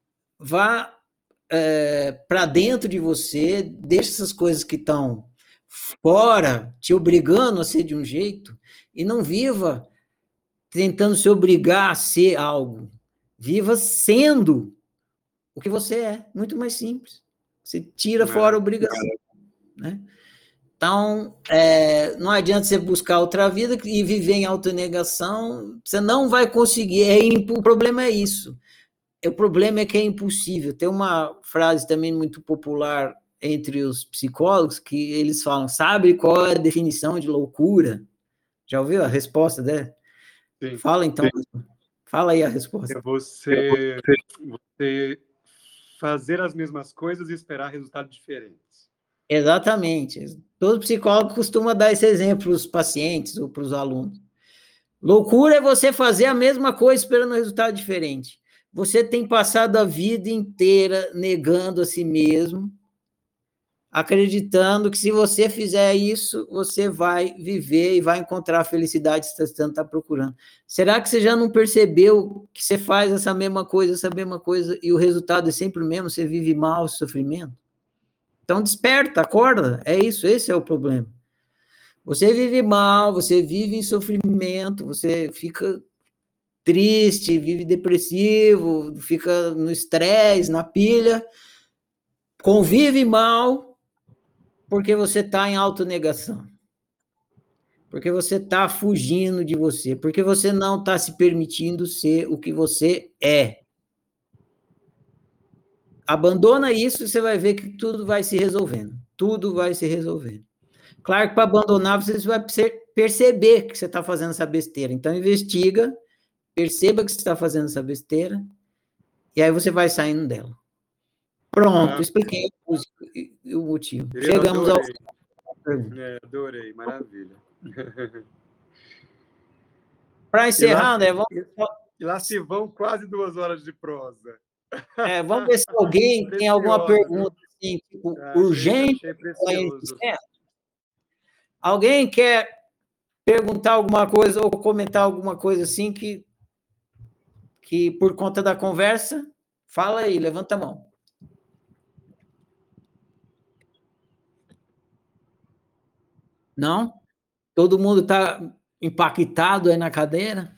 para dentro de você, deixa essas coisas que estão fora, te obrigando a ser de um jeito, e não viva tentando se obrigar a ser algo. Viva sendo o que você é, muito mais simples. Você tira fora a obrigação. Né? Então, não adianta você buscar outra vida e viver em autonegação, você não vai conseguir. O problema é isso. O problema é que é impossível. Tem uma frase também muito popular entre os psicólogos que eles falam, sabe qual é a definição de loucura? Já ouviu a resposta dela? Sim. Fala então. Sim. Fala aí a resposta. É você fazer as mesmas coisas e esperar resultados diferentes. Exatamente. Todo psicólogo costuma dar esse exemplo para os pacientes ou para os alunos. Loucura é você fazer a mesma coisa esperando um resultado diferente. Você tem passado a vida inteira negando a si mesmo, acreditando que se você fizer isso, você vai viver e vai encontrar a felicidade que você tanto está procurando. Será que você já não percebeu que você faz essa mesma coisa, e o resultado é sempre o mesmo, você vive mal, sofrimento? Então desperta, acorda, é isso, esse é o problema. Você vive mal, você vive em sofrimento, você fica triste, vive depressivo, fica no estresse, na pilha, convive mal, porque você está em autonegação. Porque você está fugindo de você, porque você não está se permitindo ser o que você é. Abandona isso e você vai ver que tudo vai se resolvendo. Tudo vai se resolvendo. Claro que para abandonar, você vai perceber que você está fazendo essa besteira. Então, investiga, perceba que você está fazendo essa besteira, e aí você vai saindo dela. Pronto, expliquei o motivo. Chegamos ao... Adorei, maravilha. Para encerrar, né? E lá se vão quase 2 horas de prosa. Vamos ver se alguém tem alguma pergunta assim, tipo, urgente. Alguém quer perguntar alguma coisa ou comentar alguma coisa assim que por conta da conversa? Fala aí, levanta a mão. Não? Todo mundo está impactado aí na cadeira?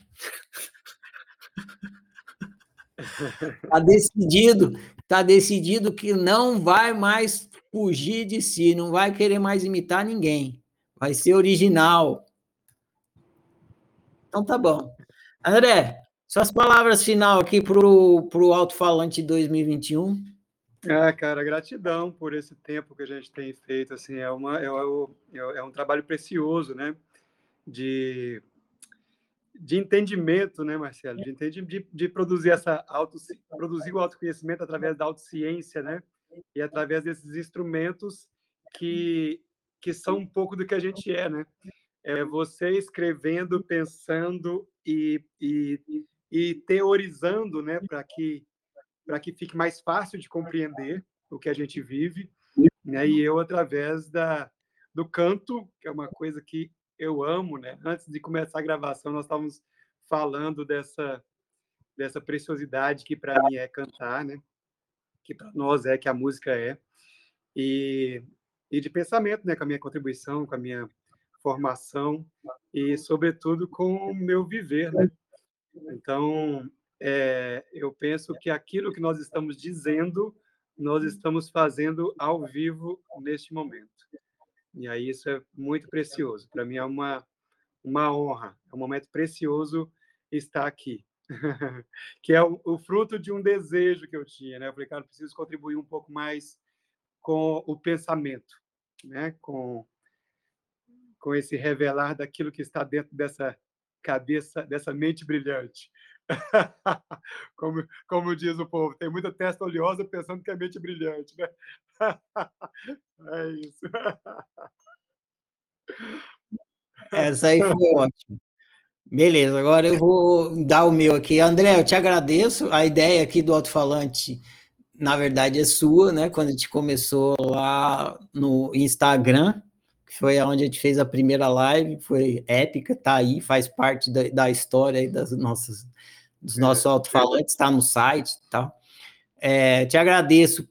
Está decidido que não vai mais fugir de si, não vai querer mais imitar ninguém. Vai ser original. Então tá bom. André, suas palavras final aqui para o Alto-Falante 2021. Cara, gratidão por esse tempo que a gente tem feito. Assim, é um trabalho precioso, né? De entendimento, né, Marcelo? De produzir produzir o autoconhecimento através da autociência, né? E através desses instrumentos que são um pouco do que a gente é, né? É você escrevendo, pensando e teorizando, né, para que fique mais fácil de compreender o que a gente vive, né? E eu, através do canto, que é uma coisa que eu amo, né? Antes de começar a gravação, nós estávamos falando dessa preciosidade que para mim é cantar, né? Que para nós que a música é. E e de pensamento, né, com a minha contribuição, com a minha formação e, sobretudo, com o meu viver, né? Então, eu penso que aquilo que nós estamos dizendo, nós estamos fazendo ao vivo neste momento. E aí isso é muito precioso. Para mim é uma honra, é um momento precioso estar aqui. Que é o fruto de um desejo que eu tinha, né? Eu falei, cara, eu preciso contribuir um pouco mais com o pensamento, né? Com esse revelar daquilo que está dentro dessa cabeça, dessa mente brilhante. Como diz o povo, tem muita testa oleosa pensando que é mente brilhante, né? É isso. Essa aí foi ótima. Beleza, agora eu vou dar o meu aqui. André, eu te agradeço. A ideia aqui do alto-falante, na verdade, é sua, né? Quando a gente começou lá no Instagram, que foi onde a gente fez a primeira live, foi épica, tá aí, faz parte da história aí dos nossos alto-falantes, está no site e tal. Te agradeço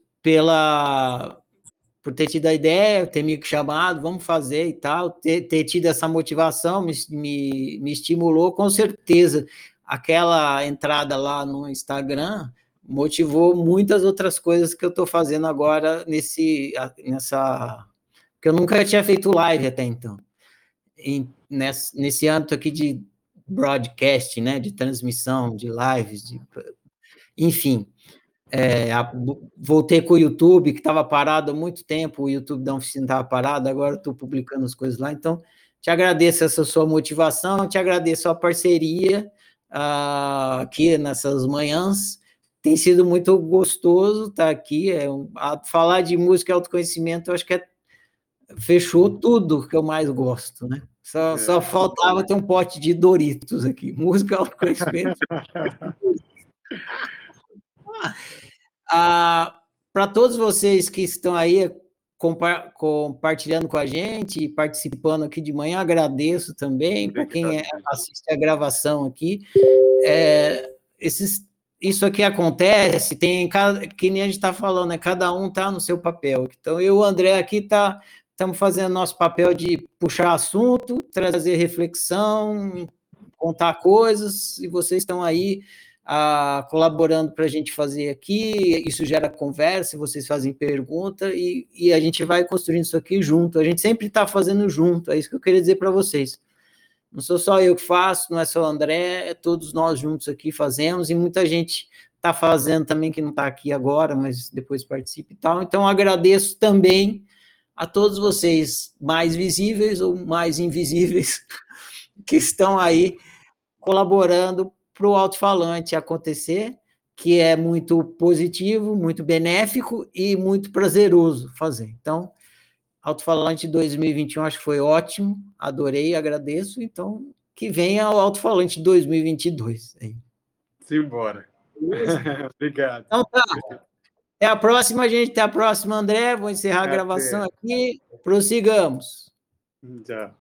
por ter tido a ideia, ter me chamado, vamos fazer e tal, ter tido essa motivação, me estimulou, com certeza. Aquela entrada lá no Instagram motivou muitas outras coisas que eu estou fazendo agora nessa... Porque eu nunca tinha feito live até então. Nesse âmbito aqui de broadcast, né, de transmissão, de lives, enfim... voltei com o YouTube, que estava parado há muito tempo, o YouTube da oficina estava parado, agora estou publicando as coisas lá, então te agradeço essa sua motivação, te agradeço a parceria aqui nessas manhãs, tem sido muito gostoso estar aqui, falar de música e autoconhecimento, eu acho que fechou tudo que eu mais gosto, né? Só faltava ter um pote de Doritos aqui, música e autoconhecimento. Para todos vocês que estão aí compartilhando com a gente e participando aqui de manhã, agradeço também. Para quem assiste a gravação aqui, isso aqui acontece, que nem a gente está falando, né? Cada um está no seu papel. Então, eu e o André aqui estamos fazendo nosso papel de puxar assunto, trazer reflexão, contar coisas, e vocês estão aí colaborando para a gente fazer aqui, isso gera conversa, vocês fazem pergunta, e a gente vai construindo isso aqui junto, a gente sempre está fazendo junto, é isso que eu queria dizer para vocês. Não sou só eu que faço, não é só o André, todos nós juntos aqui fazemos, e muita gente está fazendo também que não está aqui agora, mas depois participa e tal, então agradeço também a todos vocês, mais visíveis ou mais invisíveis, que estão aí colaborando para o alto-falante acontecer, que é muito positivo, muito benéfico e muito prazeroso fazer. Então, alto-falante 2021 acho que foi ótimo, adorei, agradeço, então que venha o alto-falante 2022. Simbora. Obrigado. Então tá, até a próxima, gente, até a próxima, André, vou encerrar a gravação aqui, prossigamos. Tchau.